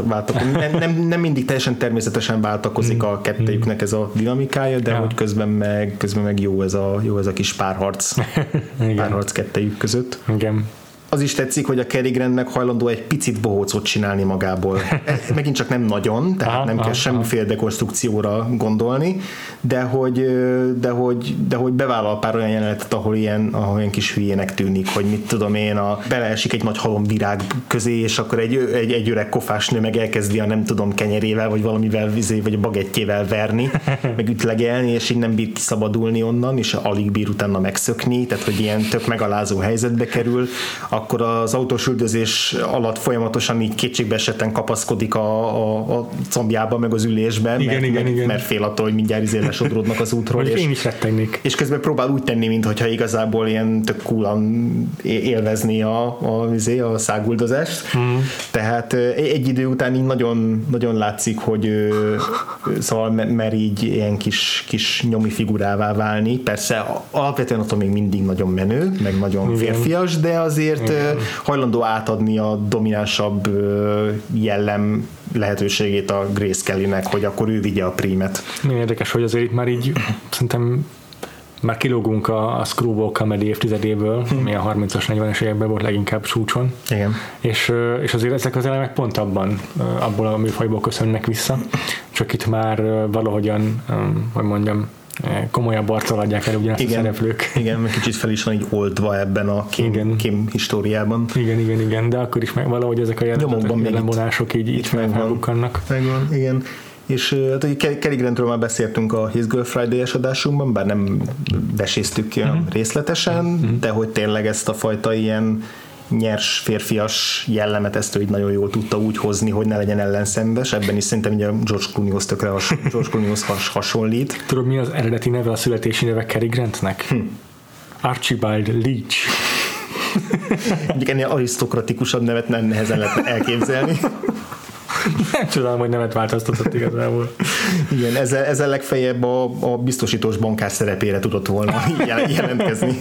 nem mindig teljesen természetesen váltakozik a kettejüknek ez a dinamikája, de hogy közben meg jó ez a kis párharc kettejük között. Igen. Az is tetszik, hogy a Cary Grantnek hajlandó egy picit bohócot csinálni magából. Megint csak nem nagyon, tehát nem kell semmiféle dekonstrukcióra gondolni, de hogy bevállal pár olyan jelenetet, ahol ilyen kis hülyének tűnik, hogy mit tudom én, beleesik egy nagy halomvirág közé, és akkor egy öreg kofásnő meg elkezdi a nem tudom kenyerével, vagy valamivel vagy a bagettjével verni, meg ütlegelni, és így nem bír kiszabadulni onnan, és alig bír utána megszökni, tehát hogy ilyen tök megalázó helyzetbe kerül, akkor az autós üldözés alatt folyamatosan így kétségbeesetten kapaszkodik a combjába, meg az ülésben, mert fél attól, hogy mindjárt lesodródnak az útról. Én is rettegnék. És közben próbál úgy tenni, mintha igazából ilyen tök coolan élvezni a száguldozást. Tehát egy idő után így nagyon, nagyon látszik, hogy szóval mer így ilyen kis nyomi figurává válni. Persze alapvetően attól még mindig nagyon menő, meg nagyon férfias, de azért hajlandó átadni a dominánsabb jellem lehetőségét a Grace Kellynek, hogy akkor ő vigye a prímet. Nagyon érdekes, hogy azért itt már így szerintem már kilógunk a screwball comedy évtizedéből, ami a 30-as, 40-es években volt leginkább csúcson. Igen. És azért ezek az elemek pont abból a műfajból köszönnek vissza, csak itt már valahogyan, hogy mondjam, komolyabb arccal adják el ugyanazt a szereplők. Igen, meg kicsit fel is van így oldva ebben a kém históriában. Igen, de akkor is valahogy ezek a jelenvonások így felbukkannak. Megvan, igen. És hát, Cary Grantről már beszéltünk a His Girl Friday-es adásunkban, bár nem veséztük ki részletesen, de hogy tényleg ezt a fajta ilyen nyers, férfias jellemet ezt ő így nagyon jól tudta úgy hozni, hogy ne legyen ellenszenves. Ebben is szerintem ugye George Clooneyhoz tökre hasonlít. Tudod, mi az eredeti neve, a születési neve Cary Grantnek? Archibald Leach. Mondjuk ennél arisztokratikusabb nevet nem nehezen lehet elképzelni. Nem csodálom, hogy nevet változtatott igazából. Igen, ezzel legfeljebb a biztosítós bankár szerepére tudott volna jelentkezni.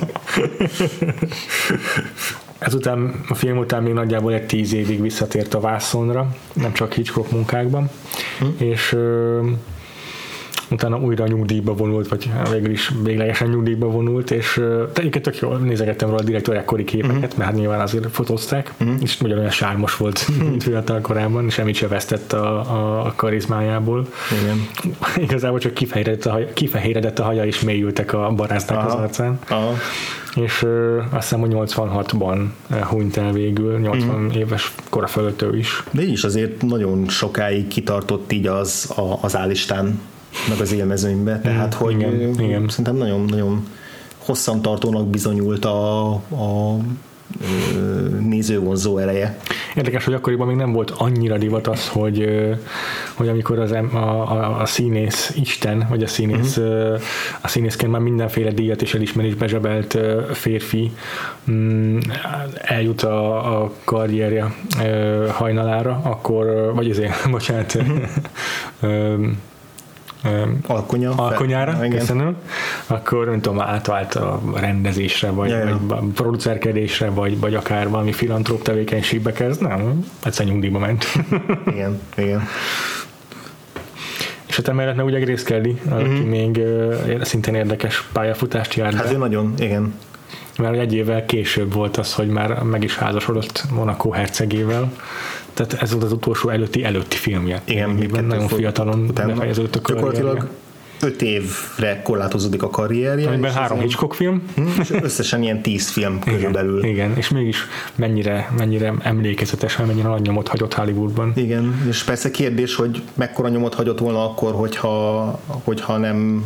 Ezután, a film után még nagyjából egy 10 évig visszatért a vászonra, nem csak Hitchcock munkákban, és utána újra nyugdíjba vonult, vagy végül is véglegesen nyugdíjba vonult, és egyébként tök jól nézegettem róla a direktor ekkori képeket, mert hát nyilván azért fotózták, és ugyanolyan sármos volt, mint fiatal korában, és semmit se vesztett a karizmájából. Igen. Igazából csak kifehéredett a haja, és mélyültek a barázdák az arcán. És azt hiszem, hogy 86-ban hunyt el végül, 80 éves kora fölött ő is. De így is azért nagyon sokáig kitartott így az állistán, meg az élmezőnybe, tehát hogy igen. Szerintem nagyon-nagyon hosszantartónak bizonyult a nézővonzó ereje. Érdekes, hogy akkoriban még nem volt annyira divat az, hogy amikor a színész Isten, vagy a színészként már mindenféle díjat és elismerést bezsebelt férfi eljut a karrierje hajnalára, akkor, vagy azért, bocsánat, alkonyára, köszönöm, akkor nem tudom, átvált a rendezésre, vagy producerkedésre, vagy akár valami filantróp tevékenységbe kezd, nem, egyszer nyugdíjba ment. Igen. És hát emellett ugye Grace Kelly, aki még szintén érdekes pályafutást járt be. Hát ő nagyon, igen. Mert egy évvel később volt az, hogy már meg is házasodott Monaco hercegével. Tehát ez volt az utolsó előtti filmje. Igen, nagyon fiatalon befejeződött a karrierje. 5 évre korlátozódik a karrierje. Amiben 3 Hitchcock film. És összesen ilyen 10 film körülbelül. Igen, és mégis mennyire emlékezetes, mennyire nagy nyomot hagyott Hollywoodban. Igen, és persze kérdés, hogy mekkora nyomot hagyott volna akkor, hogyha nem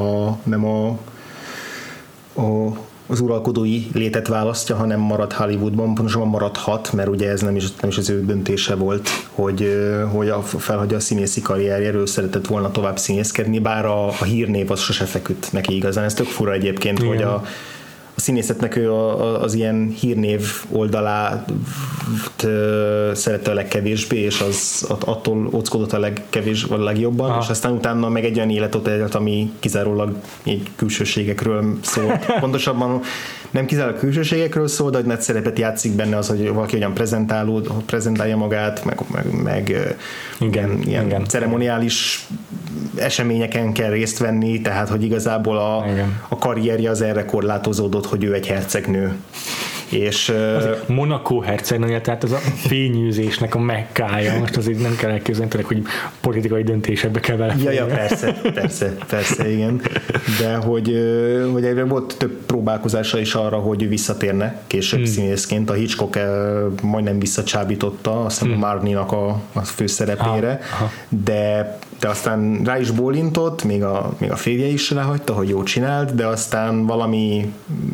az uralkodói létet választja, hanem marad Hollywoodban, pontosabban maradhat, mert ugye ez nem is az ő döntése volt, hogy felhagyja a színészi karrierjéről, szeretett volna tovább színészkedni, bár a hírnév az sose feküdt neki igazán. Ez tök fura egyébként, igen, hogy a színészetnek ő az ilyen hírnév oldalát szerette a legkevésbé, és attól óckodott a legjobban, és aztán utána meg egy olyan életot élt, ami kizárólag egy külsőségekről szól. Pontosabban nem kizárólag külsőségekről szól, de hogy nagy szerepet játszik benne az, hogy valaki hogyan prezentálja magát, meg ilyen ceremoniális eseményeken kell részt venni, tehát hogy igazából a karrierje az erre korlátozódott, hogy ő egy hercegnő. És Monaco hercegnője, tehát az a fényűzésnek a mekkája, most azért nem kell elképzelni, hogy politikai döntésekbe kell vele ja, persze, igen. De hogy egyre volt több próbálkozása is arra, hogy visszatérne később színészként. A Hitchcock majdnem visszacsábította, azt hiszem Marnie-nak a főszerepére, de aztán rá is bólintott, még a férje is ráhagyta, hogy jó csinált, de aztán valami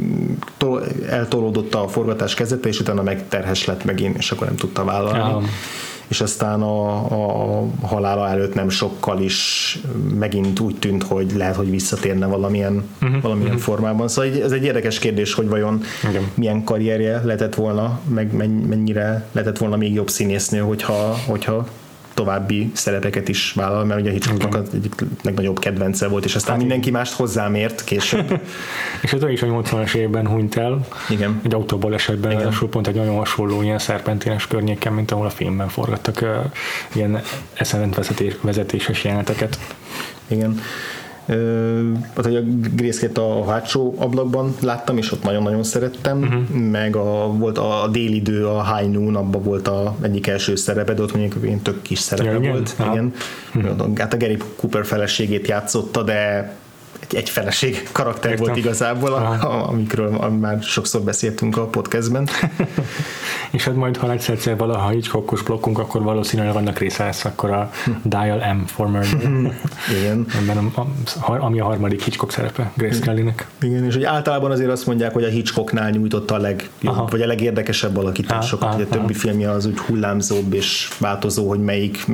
eltolódott a forgatás kezdete, és utána meg terhes lett megint, és akkor nem tudta vállalni. És aztán a halála előtt nem sokkal is megint úgy tűnt, hogy lehet, hogy visszatérne valamilyen formában. Szóval ez egy érdekes kérdés, hogy vajon milyen karrierje lehetett volna, meg mennyire lehetett volna még jobb színésznő, hogyha további szerepeket is vállal, mert ugye a Hitchcocknak az egyik legnagyobb kedvence volt, és aztán mindenki mást hozzámért később. És ez is a 80-as évben hunyt el. Igen. Egy autóbalesetben, ráadásul pont egy nagyon hasonló ilyen szerpentines környéken, mint ahol a filmben forgattak ilyen eszement-vezetéses jeleneteket. Igen. A Grace-ket a hátsó ablakban láttam, és ott nagyon-nagyon szerettem, meg volt a Délidő, a High Noon, abban volt egyik első szerepe, de ott mondjuk ilyen tök kis szerepe volt. Igen. Hát a Gary Cooper feleségét játszotta, de egy feleség karakter volt igazából, amikről már sokszor beszéltünk a podcastben. És hát majd, ha egyszer valaha Hitchcockos blokkunk, akkor valószínűleg vannak része lesz akkor a Dial M for Murder. Igen. Ebben ami a harmadik Hitchcock szerepe Grace Kellynek. Igen, és hogy általában azért azt mondják, hogy a Hitchcocknál nyújtotta a legjobb, vagy a legérdekesebb alakításokat, hogy a többi filmje az úgy hullámzóbb és változó, hogy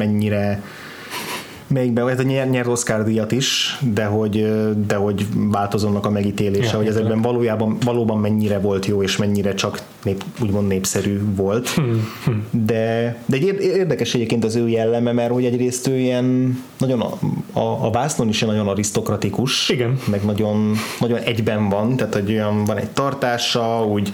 melyikben, hát nyert Oscar-díjat is, de hogy változónak a megítélése, hogy ezekben valóban mennyire volt jó, és mennyire csak úgymond népszerű volt. De egy érdekes egyébként az ő jelleme, mert hogy egyrészt ő ilyen nagyon a vásznon is nagyon arisztokratikus, igen, meg nagyon, nagyon egyben van, tehát hogy olyan van egy tartása, úgy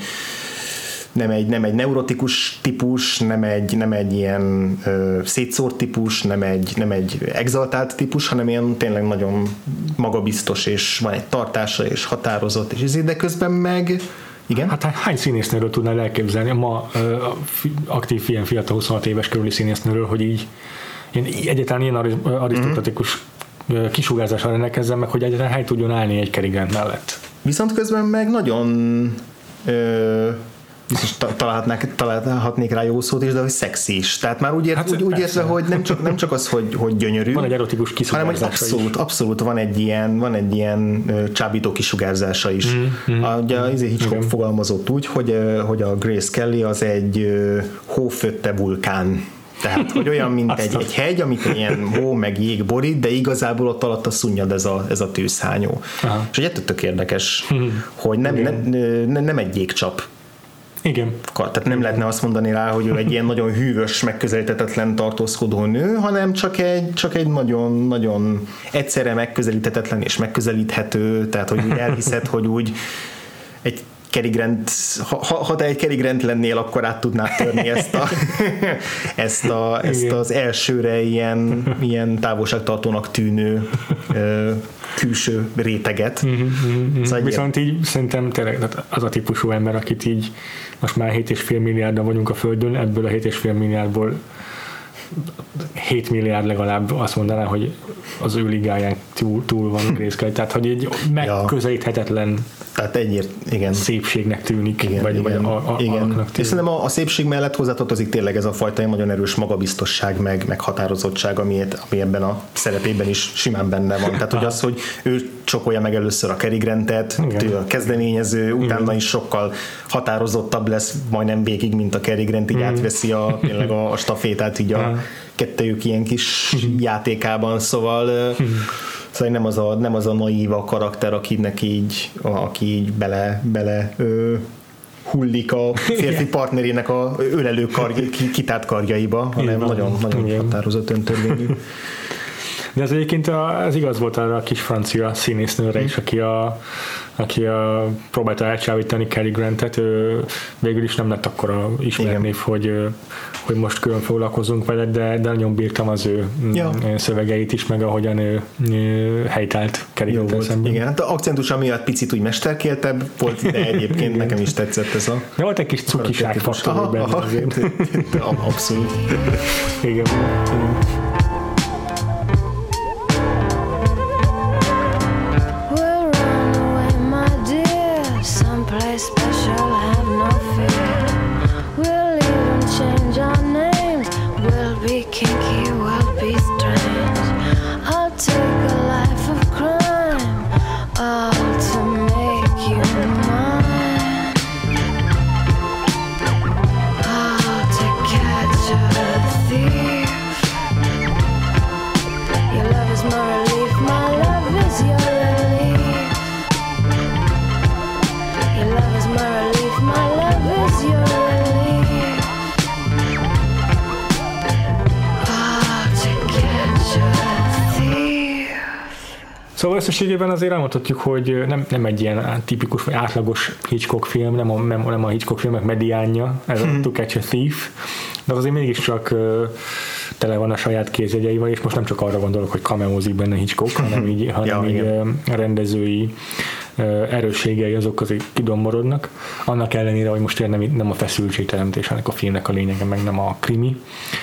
nem egy neurotikus típus, nem egy ilyen szétszórt típus, nem egy exaltált típus, hanem ilyen tényleg nagyon magabiztos, és van egy tartása, és határozott, és de közben meg igen? Hát hány színésznőről tudnál elképzelni ma aktív ilyen fiatal 26 éves körüli színésznőről, hogy így egyáltalán ilyen arisztokratikus kisugárzással rendelkezzen meg, hogy egyáltalán hely tudjon állni egy Cary Grant mellett. Viszont közben meg nagyon biztos találhatnék rá jó szót is, de hogy szexi is. Tehát már úgy értve, hogy nem csak az, hogy gyönyörű. Van egy erotikus kisugárzása hanem, hogy abszolút van egy ilyen csábító kisugárzása is. Ugye Hitchcock fogalmazott úgy, hogy a Grace Kelly az egy hófötte vulkán. Tehát, hogy olyan, mint egy hegy, amit ilyen hó meg jég borít, de igazából ott alatt szunnyad ez a tűzhányó. Aha. És hogy ettől tök érdekes, hogy nem egy jégcsap. Igen. Tehát nem lehetne azt mondani rá, hogy ő egy ilyen nagyon hűvös, megközelíthetetlen tartózkodó nő, hanem csak egy nagyon-nagyon egyszerre megközelíthetetlen és megközelíthető, tehát hogy úgy elhiszed, hogy úgy egy Cary Grant, ha te egy Cary Grant lennél, akkor át tudnád törni ezt az elsőre ilyen távolságtartónak tűnő külső réteget. Szóval viszont így szerintem tényleg az a típusú ember, akit így most már 7,5 milliárdan vagyunk a Földön, ebből a 7,5 milliárdból 7 milliárd legalább azt mondaná, hogy az ő ligáján túl van Grace Kelly, tehát hogy egy megközelíthetetlen tehát igen. szépségnek tűnik, igen, vagy igen. Tűnik. És szerintem a szépség mellett hozzátartozik tényleg ez a fajta nagyon erős magabiztosság, meg határozottság, ami ebben a szerepében is simán benne van. Tehát, hogy az, hogy ő csokolja meg először a Cary Grantet, ő a kezdeményező, utána is sokkal határozottabb lesz majdnem végig, mint a Cary Grant, így átveszi tényleg a stafétát így a kettejük ilyen kis játékában, szóval nem az a naíva karakter, aki így bele hullik a férfi partnerének a ölelő kitárt karjaiba, hanem nagyon határozott öntörvényű. De ez egyébként az igaz volt arra a kis francia színésznőre is, aki próbálta elcsábítani Cary Grantet, végül is nem lett akkora ismertnév, hogy most külön foglalkozunk vele, de nagyon bírtam az ő szövegeit is, meg ahogyan ő helytált Cary Granttel szemben. Igen, hát az akcentusa miatt picit úgy mesterkéltebb volt, de egyébként nekem is tetszett ez a... De volt egy kis cukiság faktor benne azért. Abszolút. Igen. Special, have no fear. We'll even change our names. We'll be kinky, we'll be strange. I'll take a life of crime, all to make you mine. All to catch a thief. Your love is my relief, my love is your relief. Your love is my relief, my love is your relief. Oh, to catch a thief. Szóval összességében azért elmondhatjuk, hogy nem egy ilyen tipikus vagy átlagos Hitchcock film, nem a Hitchcock filmek mediánja, ez a To Catch a Thief, de azért mégiscsak tele van a saját kézjegyeivel, és most nem csak arra gondolok, hogy cameózik benne Hitchcock, hanem így rendezői erősségei azok azért kidomborodnak. Annak ellenére, hogy most nem a feszültségteremtés ennek a filmnek a lényege, meg nem a krimi.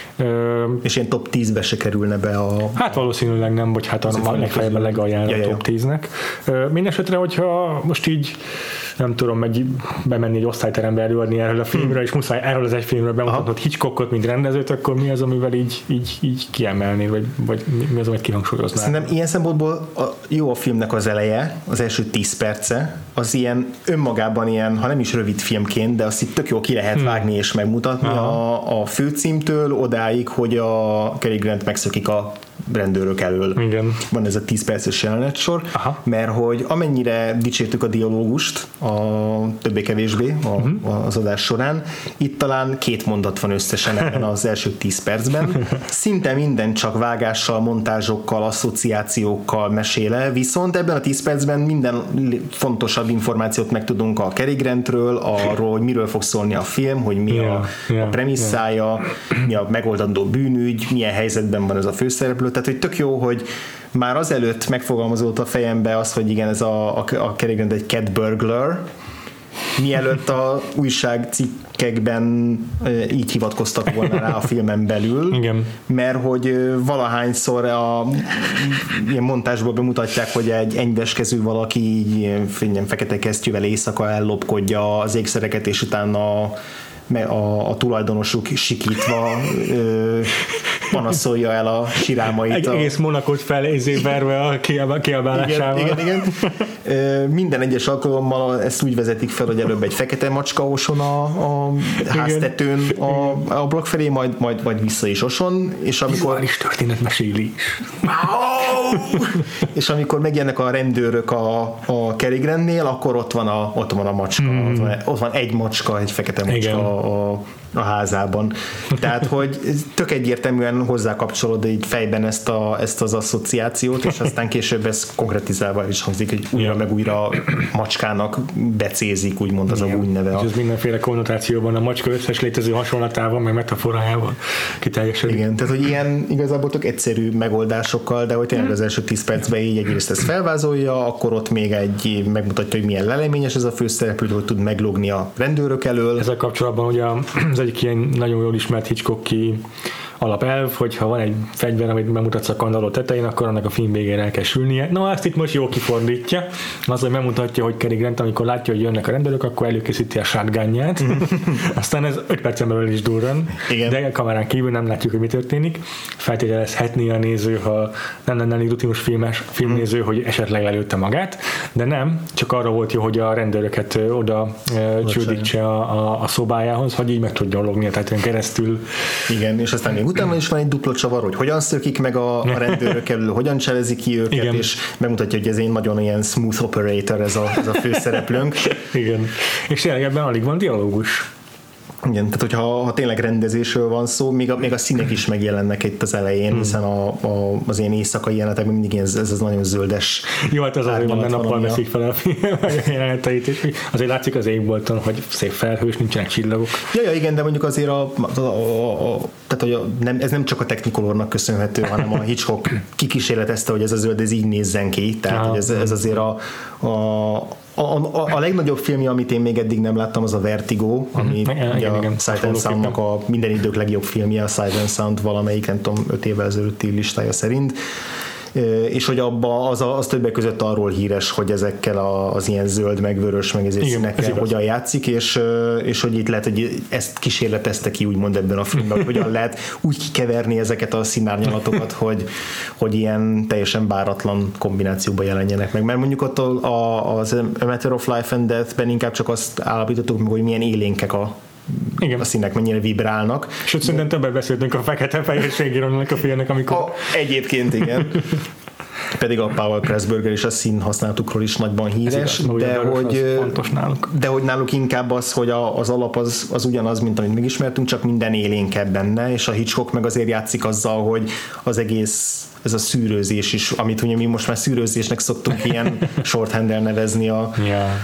És ilyen top 10-be se kerülne be a... Hát valószínűleg nem, vagy hát a legfeljebb legalján a top 10-nek. Mindenesetre, hogyha most így nem tudom bemenni egy osztályterembe előadni erről a filmről, és muszáj erről az egy filmről bemutatnod Hitchcockot, mint rendezőt, akkor mi az, amivel így kiemelnéd, vagy mi az, amit kihangsúlyoznál? Szerintem ilyen szempontból jó a filmnek az eleje, az első 10 perce, az ilyen önmagában ilyen, ha nem is rövid filmként, de azt itt tök jó ki lehet vágni és megmutatni a főcímtől odáig, hogy a Cary Grant megszökik a rendőrök elől. Igen. Van ez a 10 perces jelenetsor, mert hogy amennyire dicsértük a dialógust többé-kevésbé az adás során, itt talán 2 mondat van összesen ebben az első 10 percben. Szinte minden csak vágással, montázsokkal, asszociációkkal mesél el, viszont ebben a 10 percben minden fontosabb információt megtudunk a Cary Grantről, arról, hogy miről fog szólni a film, hogy mi a premisszája, mi a megoldandó bűnügy, milyen helyzetben van ez a főszereplő. Tehát, hogy tök jó, hogy már azelőtt megfogalmazódott a fejembe az, hogy igen, ez a Cary Grant egy cat burglar, mielőtt a újságcikkekben így hivatkoztak volna rá a filmen belül, igen. Mert hogy valahányszor ilyen montázsban bemutatják, hogy egy enyveskezű valaki így fekete kesztyűvel éjszaka ellopkodja az ékszereket, és utána a tulajdonosuk sikítva panaszolja el a sirámait. Egy egész Monakot verve a kiabálásával. Igen. Minden egyes alkalommal ezt úgy vezetik fel, hogy előbb egy fekete macska oson a háztetőn a ablak felé, majd vissza is oson, és amikor... Vizuális történetmeséli is. És amikor megjelennek a rendőrök a Cary Grantnél, akkor ott van a macska. Ott van egy macska, egy fekete macska a házában. Tehát, hogy tök egyértelműen hozzákapcsolod így fejben ezt az asszociációt, és aztán később ez konkretizálva is hangzik, hogy újra meg újra macskának becézik, úgymond az a új neve. És ez mindenféle konnotációban a macska összes létező hasonlatával, meg metaforájával kiteljesedik. Igen, tehát, hogy ilyen igazából tök egyszerű megoldásokkal, de hogy tényleg az első 10 percben így egyrészt ezt felvázolja, akkor ott még megmutatja, hogy milyen leleményes ez a főszereplő, hogy tud meglogni a rendőrök elől. Ezzel kapcsolatban ugye az egyik ilyen nagyon jól ismert Hitchcocki alapelv, hogyha van egy fegyver, amit bemutatsz a kandalló tetején, akkor annak a film végén el kell sülnie. Na, ezt itt most jól kifordítja. Az, hogy bemutatja, hogy Cary Grant, amikor látja, hogy jönnek a rendőrök, akkor előkészíti a shotgunját. Aztán ez 5 percen belül is durran. De a kamerán kívül nem látjuk, hogy mi történik. Feltételezhetné a néző, ha nem lenne elég rutinos filmnéző, hogy esetleg lelőtte magát, de nem, csak arra volt jó, hogy a rendőröket oda csődítse a szobájához, hogy így meg tudjon logni a tetőn keresztül. Igen, és aztán még utána is van egy dupla csavar, hogy hogyan szökik meg a rendőrök elől, hogyan cselezik ki őket, igen. És megmutatja, hogy ez egy nagyon ilyen smooth operator ez a főszereplőnk. Igen, és tényleg ebben alig van dialógus. Igen, tehát hogyha tényleg rendezésről van szó, még a színek is megjelennek itt az elején, hiszen az ilyen éjszakai jelenetekben mindig ez nagyon zöldes. Jó, hát az azért minden nappal veszik fel a jeleneteit, és azért látszik az égbolton, hogy szép felhős, nincsenek csillagok. Ja, igen, de mondjuk azért tehát, hogy ez nem csak a Technicolornak köszönhető, hanem a Hitchcock kikísérletezte, hogy ez a zöld, ez így nézzen ki, tehát hogy ez azért a legnagyobb filmje, amit én még eddig nem láttam, az a Vertigo, ami a Sight and Soundnak a minden idők legjobb filmje, a Sight and Sound valamelyik, nem tudom, 5 évvel ezelőtti listája szerint. És hogy abba az többek között arról híres, hogy ezekkel az ilyen zöld, meg vörös, meg ezért színekkel hogyan játszik, és hogy itt lehet, hogy ezt kísérletezte ki úgymond ebben a filmben, hogy hogyan lehet úgy kikeverni ezeket a színárnyalatokat, hogy ilyen teljesen báratlan kombinációban jelenjenek meg. Mert mondjuk ott az A Matter of Life and Death-ben inkább csak azt állapítottuk meg, hogy milyen élénkek a színek, mennyire vibrálnak. Sőt, szerintem többet beszéltünk a fekete-fehérségéről ennek a filmnek, amikor... Egyébként igen. Pedig a Powell Pressburger és a szín használatukról is nagyban híres, de hogy náluk inkább az, hogy az alap az ugyanaz, mint amit megismertünk, csak minden élénkebb benne, és a Hitchcock meg azért játszik azzal, hogy az egész ez a szűrőzés is, amit ugye mi most már szűrőzésnek szoktunk ilyen shorthandel nevezni a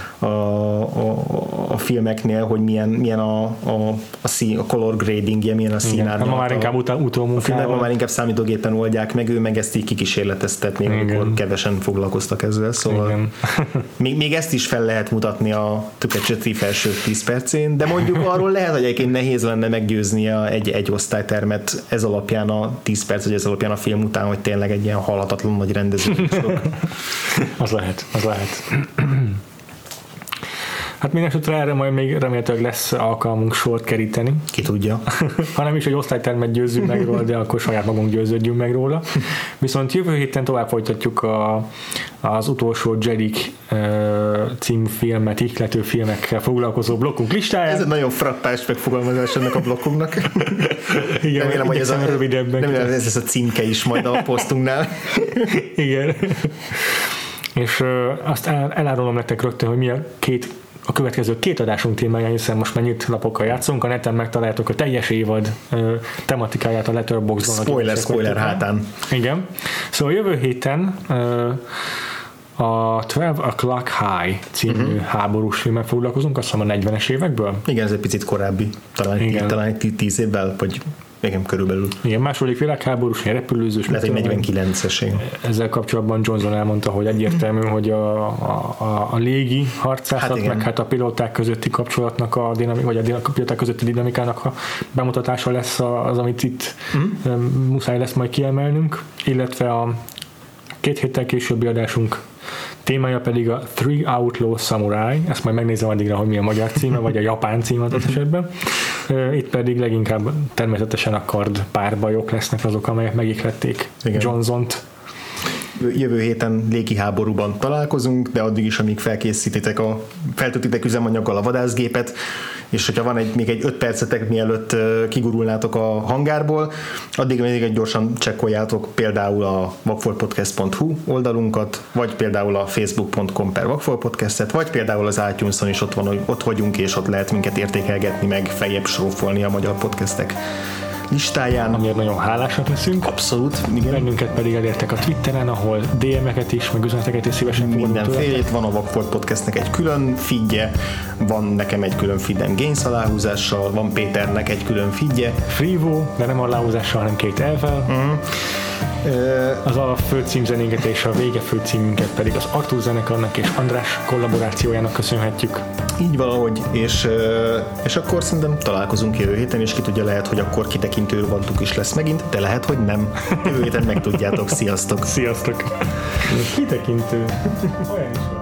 filmeknél, hogy milyen a color gradingje, milyen a színárnyalata. Ma már inkább utómunkával. A filmek ma már inkább számítógépen oldják meg, ő meg ezt így kikísérleteztetni, amikor kevesen foglalkoztak ezzel, szóval még ezt is fel lehet mutatni a Tökéletes felső 10 percén, de mondjuk arról lehet, hogy egyébként nehéz lenne meggyőznie egy osztálytermet ez alapján a 10 perc, vagy ez alapján a film után, hogy tényleg egy ilyen halhatatlan nagy rendező. Az lehet. Hát mindenesetre erre majd még remélhetőleg lesz alkalmunk sort keríteni. Ki tudja. Ha nem is, hogy osztálytermet győzzünk meg róla, de akkor saját magunk győződjünk meg róla. Viszont jövő héten tovább folytatjuk az utolsó Jedik című filmet, ihlető filmekkel foglalkozó blokkunk listáját. Ez egy nagyon frappás megfogalmazás ennek a blokkunknak. Igen, remélem, hogy ez ez a címke is majd a posztunknál. Igen. És azt elárulom nektek rögtön, hogy mi a következő 2 adásunk témája, hiszen most már nyílt lapokkal játszunk, a neten megtaláltok a teljes évad tematikáját a Letterboxdon. Spoiler hátán. Igen. Szóval jövő héten a 12 O'Clock High című háborús filmmel foglalkozunk, azt hiszem a 40-es évekből. Igen, ez egy picit korábbi, talán 10 évvel, vagy igen, körülbelül. Igen, második világháborús, repülőzős. Lehet, hogy 49-es. Ezzel kapcsolatban Johnson elmondta, hogy egyértelmű, hogy a légi harcászat, meg hát a pilóták közötti kapcsolatnak vagy a pilóták közötti dinamikának a bemutatása lesz az, amit itt muszáj lesz majd kiemelnünk, illetve a 2 héttel későbbi adásunk témája pedig a Three Outlaw Samurai, ezt majd megnézem addigra, hogy mi a magyar címe, vagy a japán címe az esetben. Itt pedig leginkább természetesen a kard párbajok lesznek azok, amelyek megihlették Johnsont. Jövő héten légiháborúban találkozunk, de addig is, amíg feltöltitek üzemanyaggal a vadászgépet, és hogyha van még egy 5 percetek, mielőtt kigurulnátok a hangárból, addig még gyorsan csekkoljátok például a vakfoltpodcast.hu oldalunkat, vagy például a facebook.com/vakfoltpodcastet, vagy például az iTunes-on is ott vagyunk, és ott lehet minket értékelgetni, meg feljebb srófolni a magyar podcastek listáján. Amiért nagyon hálásak leszünk. Abszolút, igen. Bennünket pedig elértek a Twitteren, ahol DM-eket is, meg üzeneteket is szívesen fogadunk. Mindenfélét, van a Vakfolt Podcastnek egy külön feedje, van nekem egy külön feedem Gains aláhúzással, van Péternek egy külön feedje. Frivo, de nem aláhúzással, hanem 2 elvel. Az a főcímzenénket és a vége főcímünket pedig az Artúr zenekarnak és András kollaborációjának köszönhetjük. Így valahogy, és akkor szerintem találkozunk jövő héten, és ki tudja, lehet, hogy akkor kitekintő rovatunk is lesz megint, de lehet, hogy nem. Jövő héten megtudjátok. Sziasztok! Sziasztok! Kitekintő. Olyan is van.